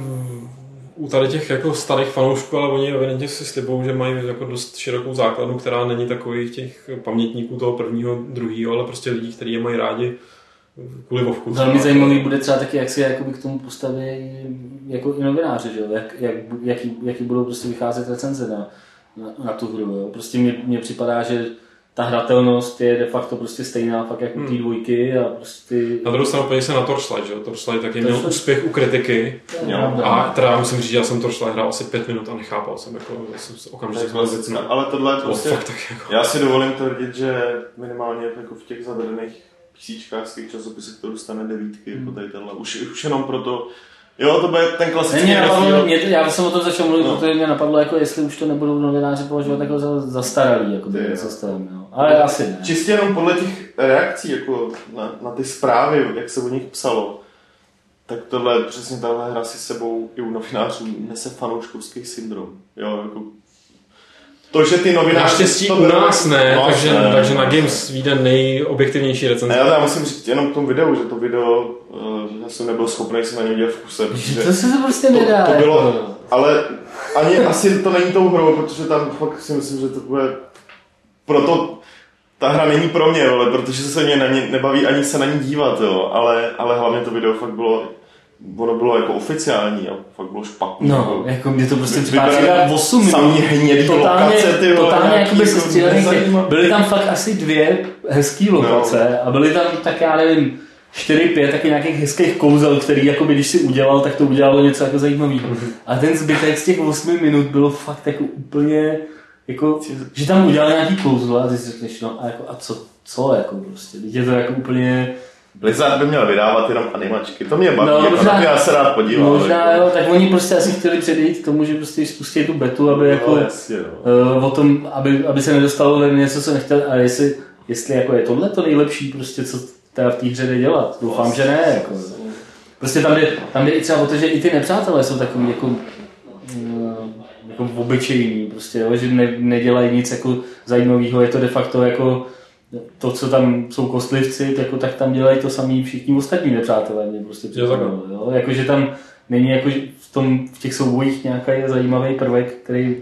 u tady těch jako starých fanoušků, ale oni evidentně si slibou, že mají jako dost širokou základnu, která není takových těch pamětníků toho prvního, druhého, ale prostě lidí, kteří je mají rádi kvůli Vovku. Velmi zajímavý bude třeba taky, jak si jakoby k tomu postaví jako i novináři, že? Jak, jak, jaký, jaký budou prostě vycházet recenze na, na, na tu hru. Jo? Prostě mně, mně připadá, že ta hratelnost je de facto prostě stejná fakt jako ty dvojky a prostě... Na druhou stranu podívej se na Torchlight, že? Torchlight taky měl úspěch u kritiky. Jo, a teda musím říct, že já jsem Torchlight hrál asi pět minut a nechápal jsem, jako jsem okamžitě klasická, ale tohle je prostě... Fakt, jako... Já si dovolím tvrdit, že minimálně jako v těch zavedených písíčkách z těch časopisech to dostane devítky, hmm. jako tady tenhle. Už, už jenom proto... Jo, to bude ten klasický ne, napadlo, mě to, já jsem o tom začal mluvit, no. Protože mě napadlo, jako jestli už to nebudou novináři považovat jako za zastaralý jako ten systém. Jo. Ale asi ne. Čistě jenom podle těch reakcí jako na, na ty zprávy, jak se o nich psalo, tak tohle přesně tahle hra si sebou i u novinářů nese fanouškovský syndrom. Jo, jako to, že ty novináři... Naštěstí u nás ne, no, takže, ne, takže na Games vyjde nejobjektivnější recenze. Já musím říct jenom k tomu videu, že to video, já jsem nebyl schopný se na něj dělat v kuse. To se to prostě nedá. To, to bylo, ale ani asi to není tou hrou, protože tam fakt si myslím, že to bude... Proto ta hra není pro mě, ale protože se mě na ně nebaví ani se na ní dívat, jo, ale, ale hlavně to video fakt bylo... Ono bylo jako oficiální a fakt bylo špatný. No, jako mě to prostě připadá osm minut. Samý hnědý lokace, ty vole. Totálně jakoby se střílených. Byly tam fakt asi dvě hezký lokace no. A byly tam tak já nevím, čtyři, pět taky nějakých hezkých kouzel, který jakoby když si udělal, tak to udělalo něco jako zajímavého. Mm-hmm. A ten zbytek z těch osmi minut bylo fakt jako úplně, jako, že tam udělal nějaký kouzlo a ty si řekneš, no a, jako, a co, co jako prostě, teď je to jako úplně... Blizzard by měl vydávat jenom animačky, to mě baví, no, jako možná, já se rád podíval. Možná jako. Jo, tak oni prostě asi chtěli předejít k tomu, že prostě spustí tu betu, aby no, jako jasně, no. uh, o tom, aby, aby se nedostalo něco, co nechtěli, a jestli, jestli jako je tohle to nejlepší, prostě co teda v té hře jde dělat, doufám, vlastně, že ne, jako. Prostě tam jde, tam jde i třeba o to, že i ty nepřátelé jsou takový jako, uh, jako obyčejní, prostě, jo, že ne, nedělají nic jako zajímavého, je to de facto jako to, co tam jsou kostlivci, jako, tak tam dělají to samý všichni ostatní nepřátelé. Mě prostě připadalo, jo? Jakože tam není jako v, tom, v těch soubojích nějaký zajímavý prvek, který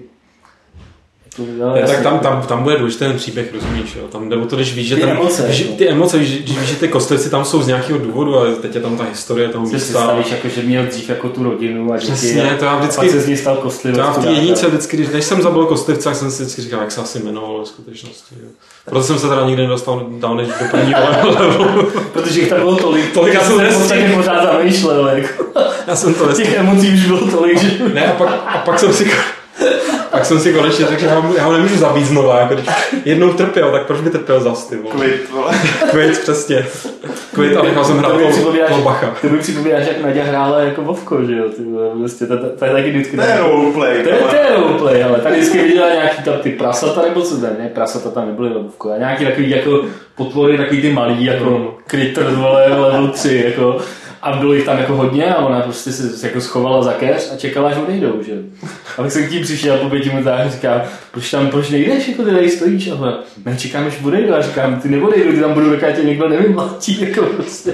Ne, tak tam, tam, tam bude důležitý ten příběh, rozumíš, jo? Tam jde o to, když víš, že ty tam, emoce, když, ty emoce, když, když víš, že ty kostlivci tam jsou z nějakého důvodu, ale teď je tam ta historie toho místa. Si představíš, jako, že měl dřív jako tu rodinu a děti. Přesně, to já vždycky, pak se z něj stal kostlivec. To já v té jednice vždycky, když, když jsem zabil kostlivce, tak jsem si vždycky říkal, jak se asi jmenoval ve skutečnosti. Jo. Proto jsem se teda nikdy nedostal dál než do prvního levelu. Protože jich tam bylo tolik, tolik já jsem jsem pořád zamýšlel. Jako. Já jsem to těch emocí už bylo tolik, že... Ne, a pak, a pak jsem si... Pak jsem si konečně řekl, že já ho nemůžu zabít znova, jako když jednou trpěl, tak proč by trpěl zas, ty vole. Quit, vole. Quit, přesně. Quit a nechal jsem hrát toho Bacha. To mi připomínáš, jak Naďa hrála jako Vovko, že jo, ty vole, vlastně, to, to, to je taky vždycky... To je roleplay. To je, to je roleplay, ale tady vždycky viděla nějaký tam ty prasata, nebo co tam, ne, prasata tam nebyly Vovko, a nějaký takový jako potvory, takový ty malý, jako Critter, vole, level tři, jako... A bylo jich tam jako hodně a ona prostě se jako schovala za keř a čekala, až odejdou, že? A pak jsem k tím přišel po pěti minutách a říkám, proč tam, proč nejdeš, jako ty tady stojíš? A ona, ne, čekám, až odejdu. A říkám, ty neodejdu, ty tam budou, dokud tě někdo nevymlátí, jako prostě.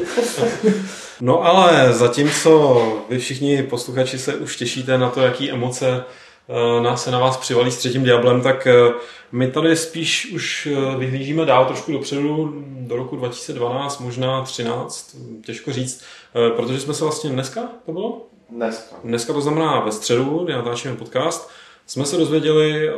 No ale zatímco vy všichni posluchači se už těšíte na to, jaký emoce nás se na vás přivalí s třetím Diablem, tak my tady spíš už vyhlížíme dál trošku dopředu do roku dva tisíce dvanáct, možná třináct, těžko říct, protože jsme se vlastně dneska, to bylo? Dneska. Dneska to znamená ve středu, kdy natáčíme podcast, jsme se dozvěděli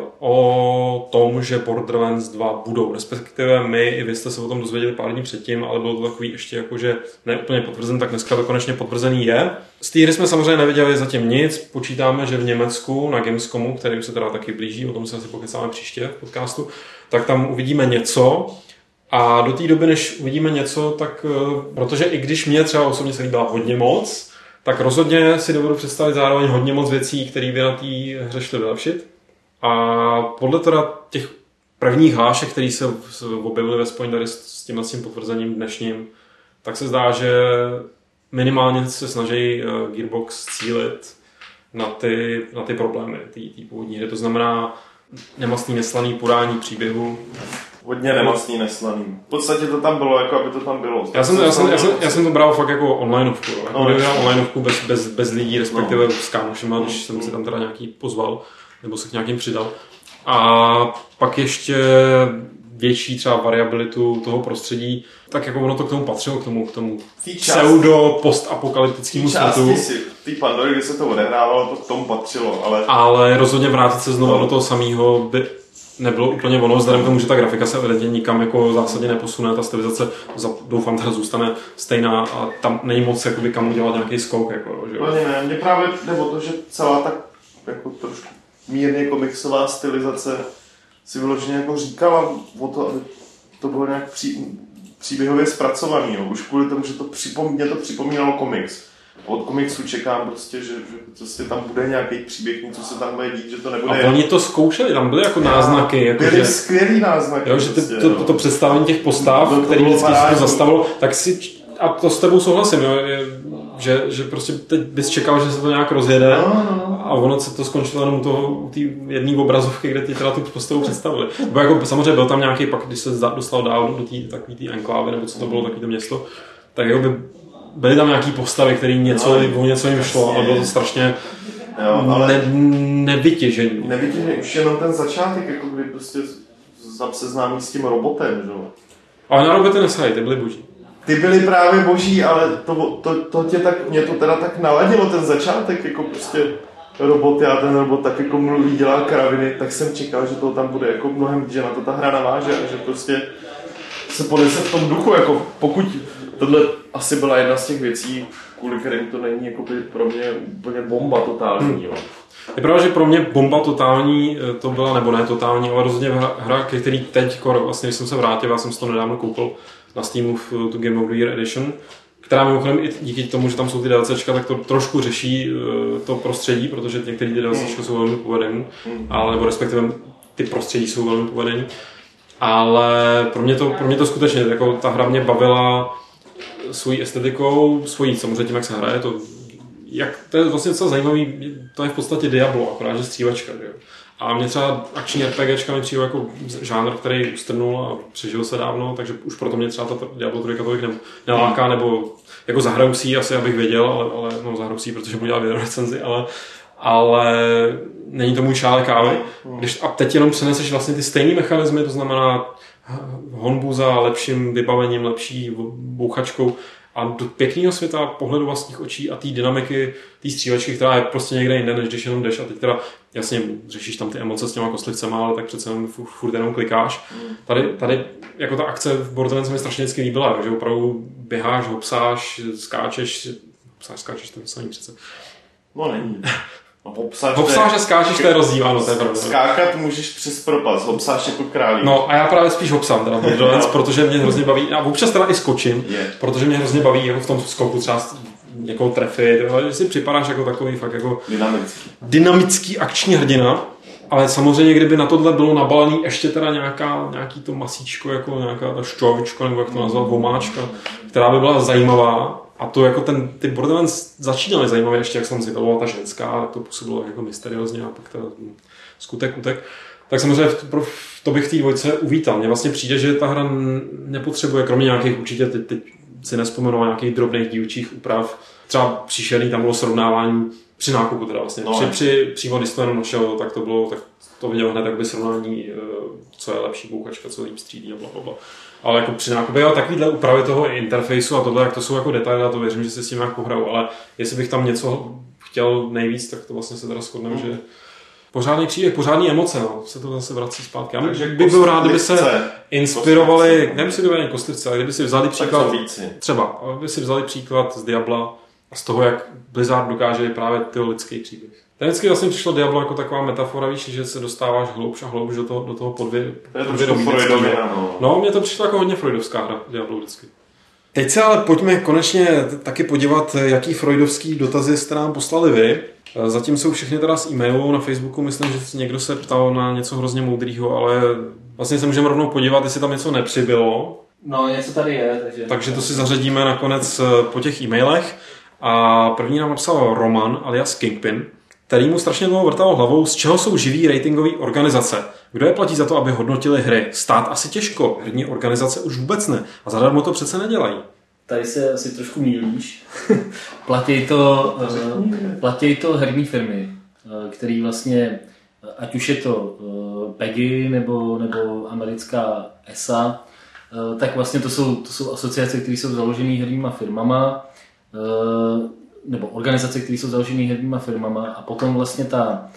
o tom, že Borderlands dva budou, respektive my i vy jste se o tom dozvěděli pár dní předtím, ale bylo to takový ještě jakože ne úplně potvrzen, tak dneska to konečně potvrzený je. Z té hry jsme samozřejmě neviděli zatím nic, počítáme, že v Německu na Gamescomu, který se teda taky blíží, o tom se asi pokecáme příště v podcastu, tak tam uvidíme něco. A do té doby, než uvidíme něco, tak protože i když mě třeba osobně se líbila hodně moc, tak rozhodně si dovedu představit zároveň hodně moc věcí, které by na té hře šly vylepšit. A podle teda těch prvních hlášek, které se objevily ve spojení tady s tímhle s tím potvrzením dnešním, tak se zdá, že minimálně se snaží Gearbox cílit na ty, na ty problémy té původní hry. To znamená nemastný, neslaný podání příběhu. Hodně nemastný, neslaný. V podstatě to tam bylo, jako aby to tam bylo. Já jsem, já jsem, já jsem, já jsem to bral fakt jako onlineovku. Jako no, hrál onlineovku bez, bez, bez lidí, respektive no. s kámošema, když jsem si tam teda nějaký pozval, nebo se k nějakým přidal. A pak ještě větší třeba variabilitu toho prostředí, tak jako ono to k tomu patřilo, k tomu, k tomu pseudo postapokalyptickému světu. Ty Pandory, kdy se to odehrávalo, to k tomu patřilo, ale... Ale rozhodně vrátit se znovu no. do toho samého by nebylo úplně ono, vzhledem k tomu, že ta grafika se evidentně nikam jako zásadně neposune, ta stylizace doufám, teda zůstane stejná a tam není moc jakoby kam udělat nějaký skok. Jako, že? No, ne, mě právě jde o to, že celá ta jako trošku mírně komiksová stylizace si vyloženě jako říkala o to, aby to bylo nějak pří, příběhově zpracovaný. Jo. Už kvůli tomu, že to připom, mě to připomínalo komiks. Od komiksu čekám prostě, že, že prostě tam bude nějaký příběh, něco se tam bude dít, že to nebude... A oni to zkoušeli, tam byly jako náznaky. Jako byly že, skvělý náznaky. Jo, že prostě, to, to, to představení těch postav, no, který vždycky se to zastavilo, tak si... A to s tebou souhlasím, jo, je, že, že prostě teď bys čekal, že se to nějak rozjede no, no, no. a ono se to skončilo jenom u té jedné obrazovky, kde ti teda tu postavu představili. Bo jako samozřejmě byl tam nějaký, pak když se dostal dál do té takové té enklávy, nebo co to bylo, takový to město, tak jako by byly tam nějaký postavy, které něco, no, o něco jim šlo, ale bylo to strašně jo, ale ne, nevytěžený. Nevytěžený, už jenom ten začátek, jako kdy prostě seznámí s tím robotem, že jo. Ale na roboty nesají, ty byly boží. Ty byly právě boží, ale to, to, to tě tak, mě to teda tak naladilo, ten začátek, jako prostě robot, já ten robot tak jako mluví, dělá kraviny, tak jsem čekal, že to tam bude jako mnohem, že na to ta hra naváže a že prostě se ponese v tom duchu, jako pokud tohle asi byla jedna z těch věcí, kvůli kterým to není jako pro mě úplně bomba totální, jo. Je pravda, že pro mě bomba totální to byla, nebo ne totální, ale rozhodně hra, který teď, vlastně když jsem se vrátil, já jsem si to nedávno koupil na Steamu v tu Game of the Year Edition, která mimochodem i díky tomu, že tam jsou ty DLCčka, tak to trošku řeší to prostředí, protože některé ty DLCčka jsou velmi povedený, ale nebo respektive ty prostředí jsou velmi povedený. Ale pro mě to, pro mě to skutečně, jako ta hra mě bavila svojí estetikou, svojí samozřejmě tím, jak se hraje, to, jak, to je vlastně docela zajímavý, to je v podstatě Diablo, akorát, že střílečka, že jo. A mě třeba akční RPGčka mi přijde jako žánr, který ustrnul a přežil se dávno, takže už proto mě třeba ta Diablo tři tolik neláká, nebo jako zahraju si asi, abych věděl, ale, ale no zahraju si, protože budu dělat video recenzi, ale, ale není to můj šálek kávy. Když, a teď jenom přeneseš vlastně ty stejné mechanismy, to znamená honbu za lepším vybavením, lepší bouchačkou, a do pěkného světa, pohledu vlastních očí a té dynamiky, té střílečky, která je prostě někde jinde, než když jenom jdeš a teď teda jasně řešíš tam ty emoce s těma kostlivcema, ale tak přece jenom furt jenom klikáš. Tady, tady jako ta akce v Borderlands mi strašně vždycky líbila, že opravdu běháš, hopsáš, skáčeš, hopsáš, skáčeš, to je samý přece. No není. Hopsáš, hopsáš a skáčeš, to je rozdíl, ano, to je pravda. Skákat můžeš přes propast, hopsáš jako králík. No a já právě spíš hopsám teda Borderlands, no. Protože mě hrozně baví, a občas teda i skočím, yeah. Protože mě hrozně baví jako v tom skoku třeba někoho trefit, že si připadáš jako takový fakt jako dynamický. dynamický akční hrdina, ale samozřejmě kdyby na tohle bylo nabalený ještě teda nějaká, nějaký to masíčko, jako nějaká ta šťovička, nebo jak to nazvat, vomáčka, která by byla zajímavá. A to jako ten, ty Borderlands začínaly zajímavě ještě, jak se tam zjevila ta ženská, tak to působilo jako mysteriózně a pak ten skutek utek. Tak samozřejmě to bych v té dvojce uvítal. Mně vlastně přijde, že ta hra nepotřebuje, kromě nějakých určitě, teď, teď si nespomenu nějakých drobných dílčích úprav, třeba příšerný, tam bylo srovnávání při nákupu teda vlastně. No, při, při, přímo když to jenom našel, tak to bylo, tak to viděl hned takové srovnání, co je lepší bouchačka, co líp střídí a blablabla. Ale jako při nákupě, jo, takovýhle úpravy toho interfejsu a tohle, jak to jsou jako detaily, a to věřím, že si s tím nějak pohraju, ale jestli bych tam něco chtěl nejvíc, tak to vlastně se teda shodneme, mm. že pořádný příběh, pořádný emoce, no, se to zase vrací zpátky. Já bych byl rád, kdyby se inspirovali, nevím si dovedení kostlivce, ale kdyby si vzali příklad, třeba, kdyby si vzali příklad z Diabla a z toho, jak Blizzard dokáže právě ty lidský příběh. Ten vždycky vlastně přišlo Diablo jako taková metafora, víš, že se dostáváš hloubš a hloubš do toho, do toho podvě, podvědomí. No. no, mně to přišlo jako hodně freudovská hra, Diablo vždycky. Teď se ale pojďme konečně taky podívat, jaký freudovský dotazy jste nám poslali vy. Zatím jsou všechny teda z e-mailu na Facebooku, myslím, že někdo se ptal na něco hrozně moudrýho, ale vlastně se můžeme rovnou podívat, jestli tam něco nepřibylo. No, něco tady je, takže... Takže to si zařadíme nakonec po těch e-mailech. A první nám napsal Roman alias Kingpin, který mu strašně dlouho vrtalo hlavou, z čeho jsou živý ratingové organizace. Kdo je platí za to, aby hodnotili hry? Stát asi těžko, herní organizace už vůbec ne. A zadarmo to přece nedělají. Tady se asi trošku mýlíš. platí to, platí to herní firmy, který vlastně, ať už je to P E G I nebo, nebo americká E S A, tak vlastně to jsou, to jsou asociace, které jsou založené herníma firmama, nebo organizace, které jsou založené herníma firmama, a potom vlastně ta,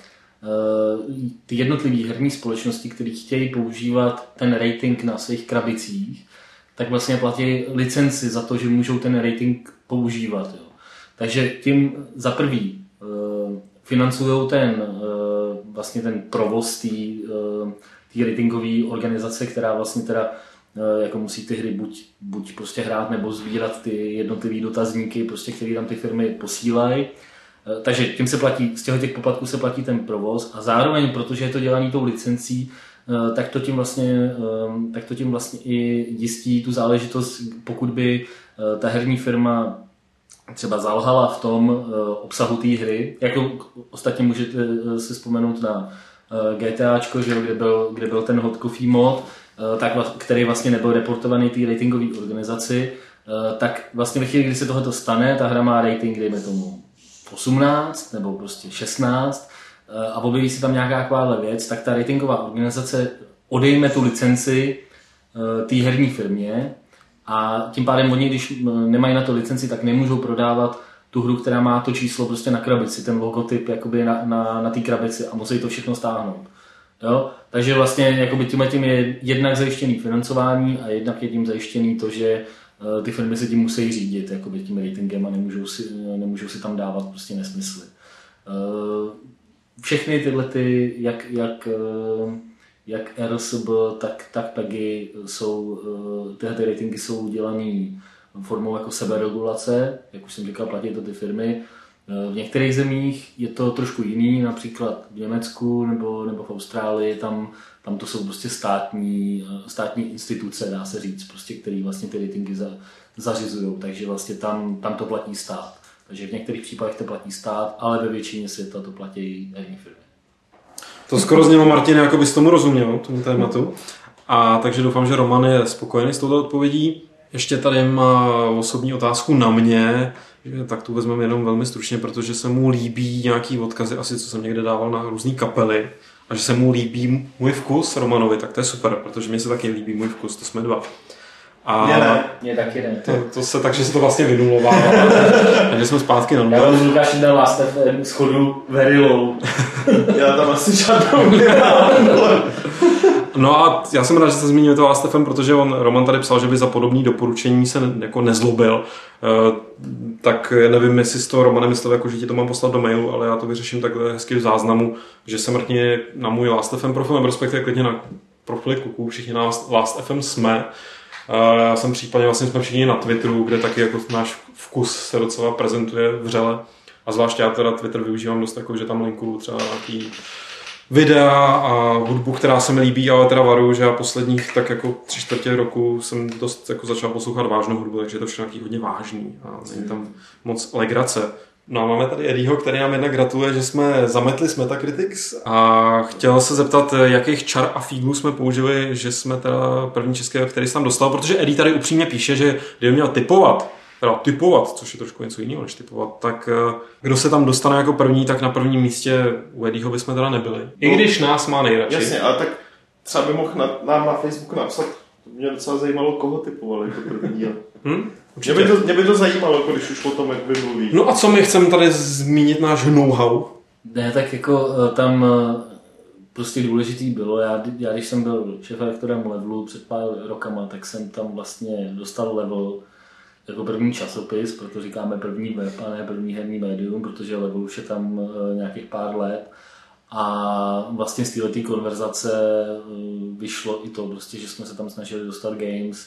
ty jednotlivé herní společnosti, které chtějí používat ten rating na svých krabicích, tak vlastně platí licenci za to, že můžou ten rating používat. Jo. Takže tím za prvý financují ten, vlastně ten provoz té ratingové organizace, která vlastně teda jako musí ty hry buď, buď prostě hrát nebo sbírat ty jednotlivý dotazníky, prostě, které tam ty firmy posílají. Takže tím se platí, z těch poplatků se platí ten provoz, a zároveň, protože je to dělaný tou licencí, tak to tím vlastně, tak to tím vlastně i jistí tu záležitost, pokud by ta herní firma třeba zalhala v tom obsahu té hry, jako ostatně můžete si vzpomenout na GTAčko, že, kde, byl, kde byl ten hot coffee mod, tak, který vlastně nebyl reportovaný té ratingové organizaci, tak vlastně ve chvíli, kdy se tohoto stane, ta hra má rating, dejme tomu osmnáct nebo prostě šestnáct, a objeví se tam nějaká takováhle věc, tak ta ratingová organizace odejme tu licenci té herní firmě, a tím pádem oni, když nemají na to licenci, tak nemůžou prodávat tu hru, která má to číslo prostě na krabici, ten logotyp jakoby na, na, na té krabici, a musí to všechno stáhnout. Jo? Takže vlastně jakoby tím, tím je jednak zajištěný financování a jednak je tím zajištěný to, že uh, ty firmy se tím musí řídit jakoby tím ratingem a nemůžou si, nemůžou si tam dávat prostě nesmysly. Uh, všechny tyhle ty, jak, jak, uh, jak R S B, tak, tak P E G I jsou, uh, tyhle ty ratingy jsou dělaný formou jako seberegulace, jak už jsem říkal, platí to ty firmy. V některých zemích je to trošku jiný, například v Německu nebo, nebo v Austrálii, tam, tam to jsou prostě státní, státní instituce, dá se říct, prostě, které vlastně ty ratingy za, zařizují, takže vlastně tam, tam to platí stát. Takže v některých případech to platí stát, ale ve většině světa to platí herní firmy. To skoro znělo, Martin, jako bys tomu rozuměl, tomu tématu. A takže doufám, že Roman je spokojený s touto odpovědí. Ještě tady má osobní otázku na mě, že tak tu vezmeme jenom velmi stručně, protože se mu líbí nějaký odkazy, asi co jsem někde dával na různý kapely, a že se mu líbí můj vkus Romanovi, tak to je super, protože mě se taky líbí můj vkus, to jsme dva. A mě ne, mě taky ne. To, to se takže se to vlastně vynulovalo. Takže jsme zpátky na nulu. Já vám Lukáš dal Last F M schodu very low. Já tam asi žádnou nemám. No a já jsem rád, že se zmínil to Last F M, protože on, Roman tady psal, že by za podobné doporučení se ne, jako nezlobil. Uh, tak nevím, jestli s toho Romanem myslel, jako, že ti to mám poslat do mailu, ale já to vyřeším takhle hezky v záznamu, že se mrkně na můj Last F M profil, nebo respektive klidně na profily kluků, všichni na Last F M jsme. Uh, já jsem případně, vlastně jsme všichni na Twitteru, kde taky jako náš vkus se docela prezentuje vřele. A zvlášť já teda Twitter využívám dost jako, že tam linkuju třeba nějaký videa a hudbu, která se mi líbí, ale teda varuju, že já posledních tak jako tři čtvrtě roku jsem dost jako začal poslouchat vážnou hudbu, takže je to všechno hodně vážný a není tam moc legrace. No a máme tady Eddieho, který nám jednak gratuluje, že jsme zametli s Metacritics a chtěl se zeptat, jakých čar a fíglů jsme použili, že jsme teda první český, který se tam dostal, protože Eddie tady upřímně píše, že kdyby měl tipovat, teda typovat, což je trošku něco jiného než typovat, tak kdo se tam dostane jako první, tak na prvním místě u Eddieho bychom teda nebyli. I když nás má nejradši. Jasně, ale tak třeba by mohl na, nám na Facebooku napsat, mě docela zajímalo, koho typovali jako první. Hmm? Mě, by to, mě by to zajímalo, jako když už o tom, jak by mluví. No a co my chceme tady zmínit náš know-how? Ne, tak jako tam prostě důležitý bylo, já, já když jsem byl šéfredaktorem Levelu před pár rokama, tak jsem tam vlastně dostal Level jako první časopis, proto říkáme první web a ne první herní médium, protože Level už je tam nějakých pár let. A vlastně z této konverzace vyšlo i to, prostě, že jsme se tam snažili dostat games.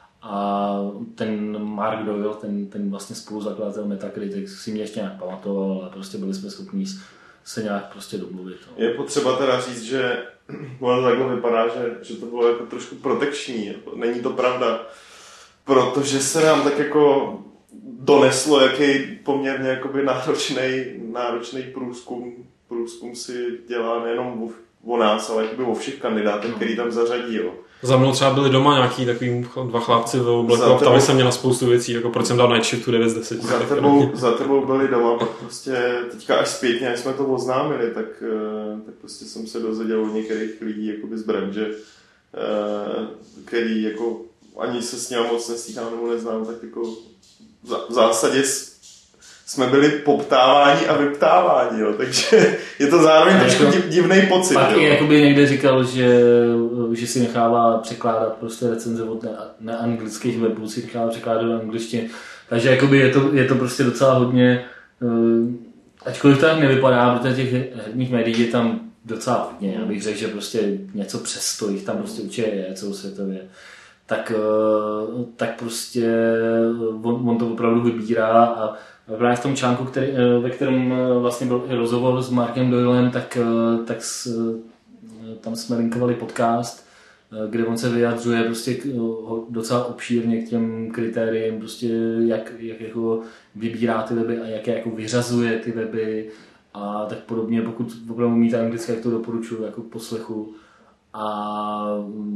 A ten Mark Doyle, ten, ten vlastně spoluzakladatel Metacritic, si mě ještě nějak pamatoval, ale prostě byli jsme schopni se nějak prostě domluvit. No. Je potřeba teda říct, že ono takhle vypadá, že, že to bylo jako trošku protekční. Není to pravda, protože se nám tak jako doneslo, jaký poměrně jakoby náročný, náročný průzkum, průzkum si dělá nejenom o, o nás, ale jakoby o všech kandidátech, no. Který tam zařadí. Jo. Za mnou třeba byli doma nějaký takový dva chlapci v obleku a ptali se mě na spoustu věcí, jako proč jsem dal Night Shiftu devět z deseti. Za tebou, za tebou byli doma, pak prostě teďka až zpětně, až jsme to oznámili, tak, tak prostě jsem se dozvěděl od některých lidí jakoby z branže, který jako ani se s ním moc nestýkám nebo neznám, tak jako v zásadě jsme byli poptáváni a vyptáváni, jo. Takže je to zároveň trošku div, divný pocit. Pak i jakoby někde říkal, že, že si nechává překládat prostě recenze od neanglických webů, si nechává překládat do angličtiny. Takže jakoby je, to, je to prostě docela hodně, ačkoliv to tak nevypadá, protože těch herních médií je tam docela hodně. Já bych řekl, že prostě něco přes to jich tam prostě určitě je celosvětově. Tak, tak prostě on, on to opravdu vybírá a právě v tom článku, který, ve kterém vlastně byl i rozhovor s Markem Doylem, tak, tak s, tam jsme linkovali podcast, kde on se vyjadřuje prostě docela obšírně k těm kritériím, prostě jak, jak jako vybírá ty weby a jak jako vyřazuje ty weby a tak podobně. Pokud opravdu umíte anglicky, jak to doporučuji jako poslechu. A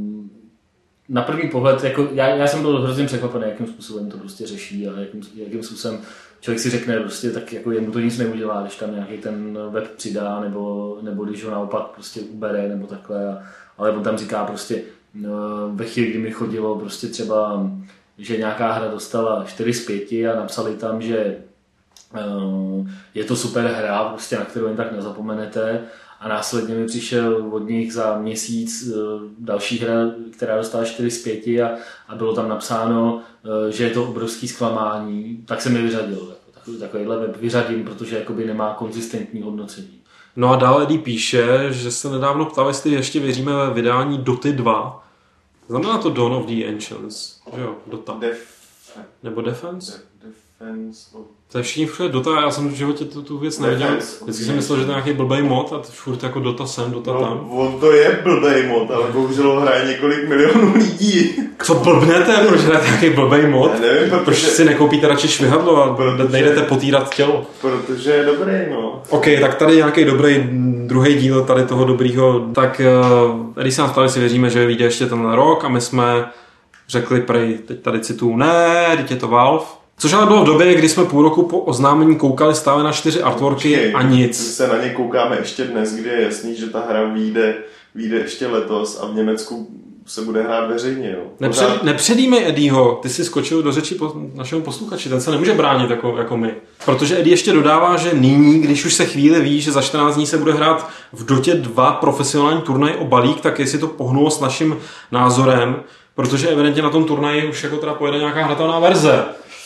na první pohled, jako já, já jsem byl hrozně překvapený, jakým způsobem to prostě řeší a jakým, jakým způsobem člověk si řekne, prostě, tak jako jemu to nic neudělá, když tam nějaký ten web přidá, nebo, nebo když ho naopak prostě ubere, nebo takhle. A, ale on tam říká prostě, no, ve chvíli, kdy mi chodilo prostě třeba, že nějaká hra dostala čtyři z pěti a napsali tam, že uh, je to super hra, prostě, na kterou jen tak nezapomenete. A následně mi přišel od nich za měsíc další hra, která dostala čtyři z pěti a, a bylo tam napsáno, že je to obrovský zklamání, tak se mi vyřadil. Takový, takovýhle web vyřadím, protože jakoby nemá konzistentní hodnocení. No a dále Eddie píše, že se nedávno ptal, jestli ještě věříme ve vydání Doty dva. Znamená to Dawn of the Ancients, že jo, Dota. Def... Nebo Defense? Def... Fans of... To je všichni všude Dota, já jsem v životě tu, tu věc neviděl. Vždycky jsem myslel, že to je nějaký blbej mod a furt jako Dota sem, Dota no, tam. On to je blbej mod, ale bohužel ho hraje několik milionů lidí. Co blbnete? Proč hrajete nějaký blbej mod? Já nevím, protože... Proč si nekoupíte radši švihadlo a protože... nejdete potírat tělo? Protože je dobrý, no. OK, tak tady nějaký dobrý druhý díl tady toho dobrýho. Tak když se nás ptali, si věříme, že vyjde ještě ten rok a my jsme řekli prej, teď tady cituju, ne, teď je to Valve. Což ale bylo v době, kdy jsme půl roku po oznámení koukali stále na čtyři artworky Počkej, a nic. My se na ně koukáme ještě dnes, kdy je jasný, že ta hra vyjde, vyjde ještě letos a v Německu se bude hrát veřejně. Jo. Nepřed, Pořád... Nepředjímej Eddieho, ty jsi skočil do řeči po našemu posluchači, ten se nemůže bránit jako, jako my. Protože Eddie ještě dodává, že nyní, když už se chvíli ví, že za čtrnáct dní se bude hrát v Dotě dva profesionální turnaj o balík, tak jestli to pohnulo s naším názorem, protože evidentně na tom turnaji už jako teda pojede nějaká hratelná verze.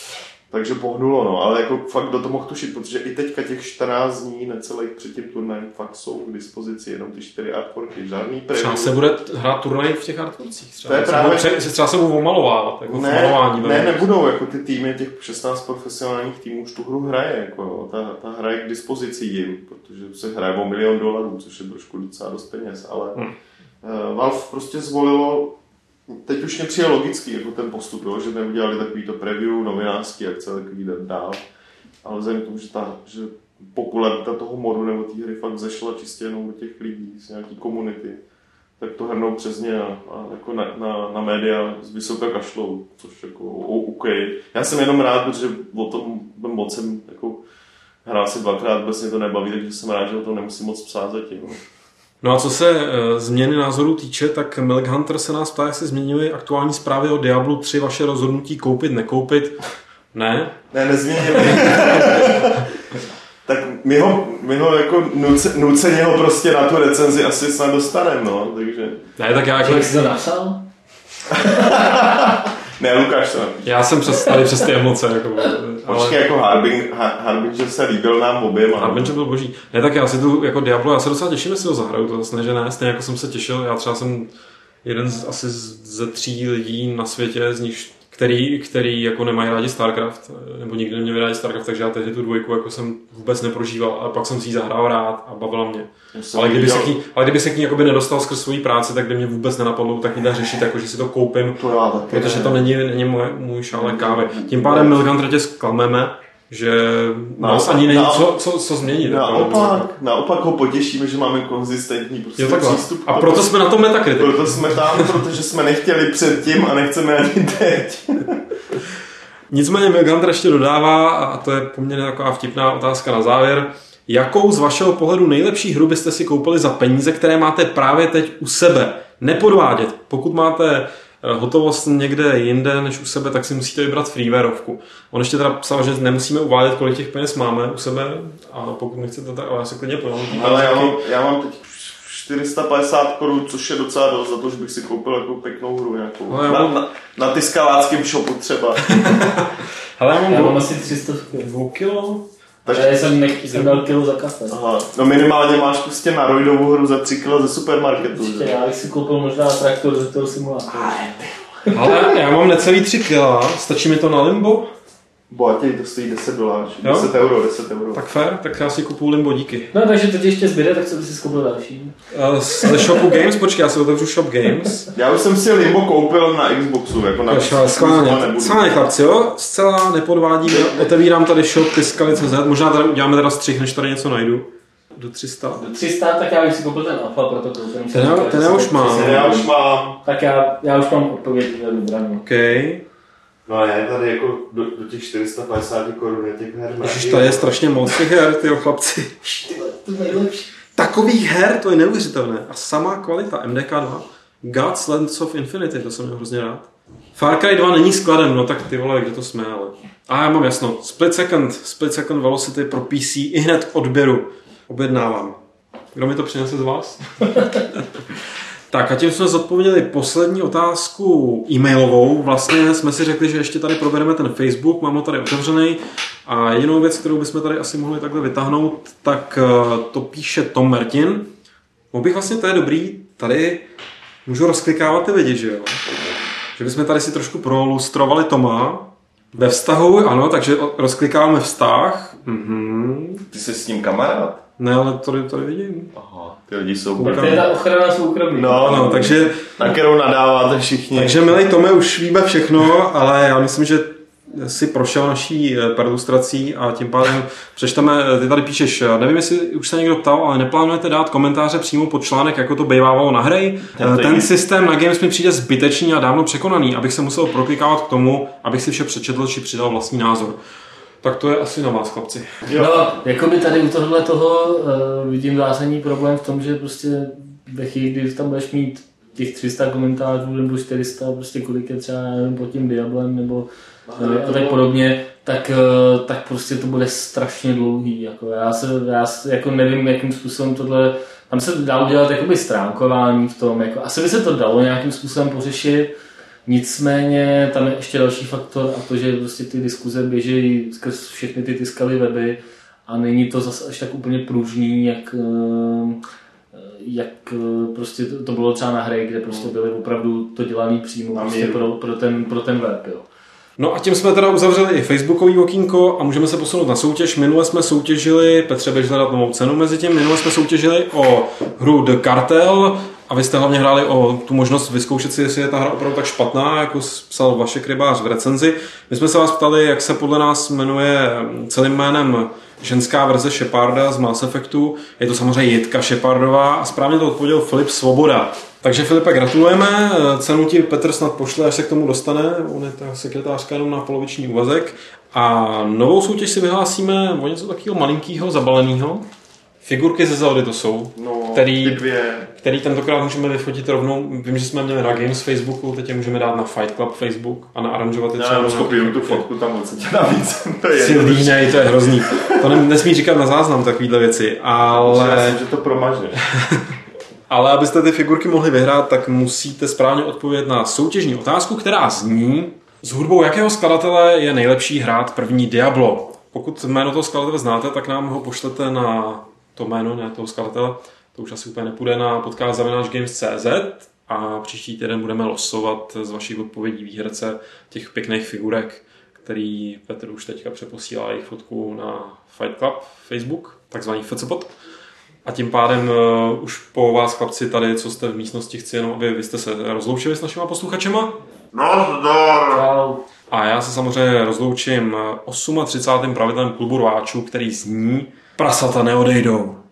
Takže pohnulo, no, ale jako fakt do toho mohl tušit, protože i teďka těch čtrnáct dní necelých před tím turnajem fakt jsou k dispozici jenom ty čtyři artworky, žádný preview. Třeba se bude hrát turnaj v těch artworkcích, třeba, to je právě... třeba, třeba se budou omalovávat, jako ne, malování. Ne, nebudou, jako ty týmy, těch šestnáct profesionálních týmů už tu hru hraje, jako ta, ta hra je k dispozici jim, protože se hraje o milion dolarů, což je trošku docela dost peněz, ale hmm. uh, Valve prostě zvolilo. Teď už mě přijde logický jako ten postup, jo, že neudělali takovýto preview, novinářský akce, takový dál, ale vzhledem k tomu, že, ta, že popularita toho modu nebo té hry fakt zešla čistě jenom do těch lidí z nějaký komunity, tak to hrnou přes ně a, a jako na, na, na média z vysoka kašlou, což jako OK. Já jsem jenom rád, protože o tom moc jsem jako hrál si dvakrát, vůbec mě to nebaví, takže jsem rád, že o tom nemusím moc psát zatím. No. No a co se e, změny názorů týče, tak Milk Hunter se nás ptá, jestli změnily aktuální zprávy o Diablu tři, vaše rozhodnutí koupit, nekoupit. Ne? Ne, nezměnili. Tak my ho, my ho jako nuce, nuceně ho prostě na tu recenzi asi snad dostaneme, no, takže... Ne, tak já jako... Jak jsi to napsal? Ne, Lukáš to napíš. Já jsem přes, tady přes ty emoce, jako... Počkej, ale... jako Harbing, Harbinger se líbil nám oběma. Harbinger byl boží. Ne, tak já si tu jako Diablo, já se docela těším, jestli ho zahraju, to zase ne, že ne, stejně jako jsem se těšil, já třeba jsem jeden z, asi ze tří lidí na světě, z nich, který, který jako nemají rádi StarCraft, nebo nikdy neměli rádi StarCraft, takže já tehdy tu dvojku jako jsem vůbec neprožíval, ale pak jsem si ji zahrál rád a bavila mě. Ale kdyby, se k ní, ale kdyby se k ní jakoby nedostal skrz svoji práci, tak by mě vůbec nenapadlo takovýhle řešit, jako že si to koupím, to já taky, protože to není, není můj, můj šálek kávy. Tím pádem Milk Hunter tě zklameme, že nás ani není co, co, co změnit. Naopak, naopak ho potěšíme, že máme konzistentní prostě přístup. A proto jsme na tom Metacritic. Proto jsme tam, protože jsme nechtěli předtím a nechceme ani teď. Nicméně Milk Hunter ještě dodává, a to je poměrně taková vtipná otázka na závěr, jakou z vašeho pohledu nejlepší hru byste si koupili za peníze, které máte právě teď u sebe? Nepodvádět. Pokud máte hotovost někde jinde než u sebe, tak si musíte vybrat freewareovku. On ještě teda psal, že nemusíme uvádět, kolik těch peněz máme u sebe, a pokud nechcete, tak ale já se klidně pojďme. Ale já mám, já mám teď čtyři sta padesát korun, což je docela dost za to, že bych si koupil jako pěknou hru nějakou. No, na, mám... na, na tyskaláckém shopu třeba. Ale já mám, já dvou... mám asi tři sta dvou kilo. Takže já jsem, nech, jsem dal kilo za kafe. Aha, no minimálně máš prostě na rojdovou hru za tři kila ze supermarketu. Určitě, já bych si koupil možná traktor ze toho simulátoru. Ale já mám necelý tři kila, stačí mi to na Limbo? Bohatě, to stojí deset dolarů, deset euro, deset euro. Tak fér, tak já si kupuju Limbo, díky. No takže to ještě zbyde, tak co by si koupil další? Uh, ze shopu Games, počkej, já si otevřu Shop Games. Já už jsem si Limbo koupil na Xboxu, jako na Xboxu. Schválně chlapci, jo, zcela nepodvádím, otevírám tady shop tiskali tečka cé zet, možná tady uděláme teda střih, než tady něco najdu. Do tři sta. Do tři sta, tak já bych si koupil ten Alpha protokol. Ten, já, ten já už mám. Ten já už mám. Tak já, já už mám odpověď vybranou. Okay. No ne, tady jako do, do těch čtyři sta padesát korun je těch her. Ježiš, tady je strašně moc těch her, tyjo chlapci. To je nejlepší. Takových her, to je neuvěřitelné. A samá kvalita, M D K dva. Gods Lands of Infinity, to jsem měl hrozně rád. Far Cry dva není skladem, no tak ty vole, kde to jsme, ale... A já mám jasno, Split Second, Split Second Velocity pro P C i hned k odběru. Objednávám. Kdo mi to přinese z vás? Tak a tím jsme zodpověděli poslední otázku e-mailovou. Vlastně jsme si řekli, že ještě tady probereme ten Facebook, mám ho tady otevřený. A jinou věc, kterou bychom tady asi mohli takhle vytáhnout, tak to píše Tom Martin. Mohl bych vlastně, to je dobrý, tady můžu rozklikávat ty lidi, že jo? Že bychom tady si trošku prolustrovali Toma. Ve vztahu, ano, takže rozklikáme vztah. Mhm. Ty jsi s ním kamarád? Ne, ale tady, tady vidím. Aha, ty lidi jsou... Tak to je ta ochrana soukromí. No, no, takže... Na kterou nadáváte všichni. Takže, milej Tome, už víme všechno, ale já myslím, že si prošel naší perlustrací a tím pádem přečteme, ty tady píšeš, nevím, jestli už se někdo ptal, ale neplánujete dát komentáře přímo pod článek, jako to bývávalo na hry. Ten, Ten systém na Games mi přijde zbytečný a dávno překonaný, abych se musel proklikávat k tomu, abych si vše přečetl či přidal vlastní názor. Tak to je asi na vás, chlapci. No, jako by tady u tohohle toho uh, vidím zásadní problém v tom, že prostě ve chvíli, kdy tam budeš mít těch tři sta komentářů nebo čtyři sta, prostě kolik je třeba nevím, pod tím Diablem nebo a tak podobně, tak, tak prostě to bude strašně dlouhý. Jako já, se, já se, jako nevím, jakým způsobem tohle, tam se dá udělat jakoby stránkování v tom, jako, asi by se to dalo nějakým způsobem pořešit, nicméně tam je ještě další faktor a to, že prostě ty diskuze běží skrz všechny ty tiskaly weby a není to zase až tak úplně pružný, jak, jak prostě to bylo třeba na hry, kde prostě byly opravdu to dělané přímo prostě pro, pro, ten, pro ten web. Jo. No a tím jsme teda uzavřeli i facebookový okýnko a můžeme se posunout na soutěž. Minule jsme soutěžili, Petře běž hledat novou cenu mezi tím, minule jsme soutěžili o hru The Cartel a vy jste hlavně hráli o tu možnost vyzkoušet si, jestli je ta hra opravdu tak špatná, jako psal Vašek Rybář v recenzi. My jsme se vás ptali, jak se podle nás jmenuje celým jménem ženská verze Sheparda z Mass Effectu. Je to samozřejmě Jitka Shepardová a správně to odpověděl Filip Svoboda. Takže Filipe, gratulujeme, cenu ti Petr snad pošle, až se k tomu dostane, on je ta sekretářka jenom na poloviční úvazek. A novou soutěž si vyhlásíme o něco takového malinkého, zabaleného. Figurky ze Zeldy to jsou, no, který, ty dvě. který tentokrát můžeme vyfotit rovnou. Vím, že jsme měli na Games Facebooku, teď je můžeme dát na Fight Club Facebook a naaranžovat je třeba. Já skopiuju tu fotku tam odsaď navíc. To je Silvínej, to je hrozný. To nesmí říkat na záznam takovýhle věci, ale... Já myslím, že to promažeš. Ale abyste ty figurky mohli vyhrát, tak musíte správně odpovědět na soutěžní otázku, která zní: s hudbou jakého skladatele je nejlepší hrát první Diablo? Pokud jméno toho skladatele znáte, tak nám ho pošlete na to jméno, ne toho skladatele, to už asi úplně nepůjde, na podcast zavináč games tečka cé zet a příští týden budeme losovat z vašich odpovědí výherce těch pěkných figurek, který Petr už teďka přeposílá jejich fotku na Fight Club Facebook, takzvaný fecopod. A tím pádem uh, už po vás, chlapci, tady, co jste v místnosti, chci jenom, aby vy jste se rozloučili s našima posluchačema. Nazdar! A já se samozřejmě rozloučím třicátým osmým pravidlem klubu rváčů, který zní: prasata neodejdou.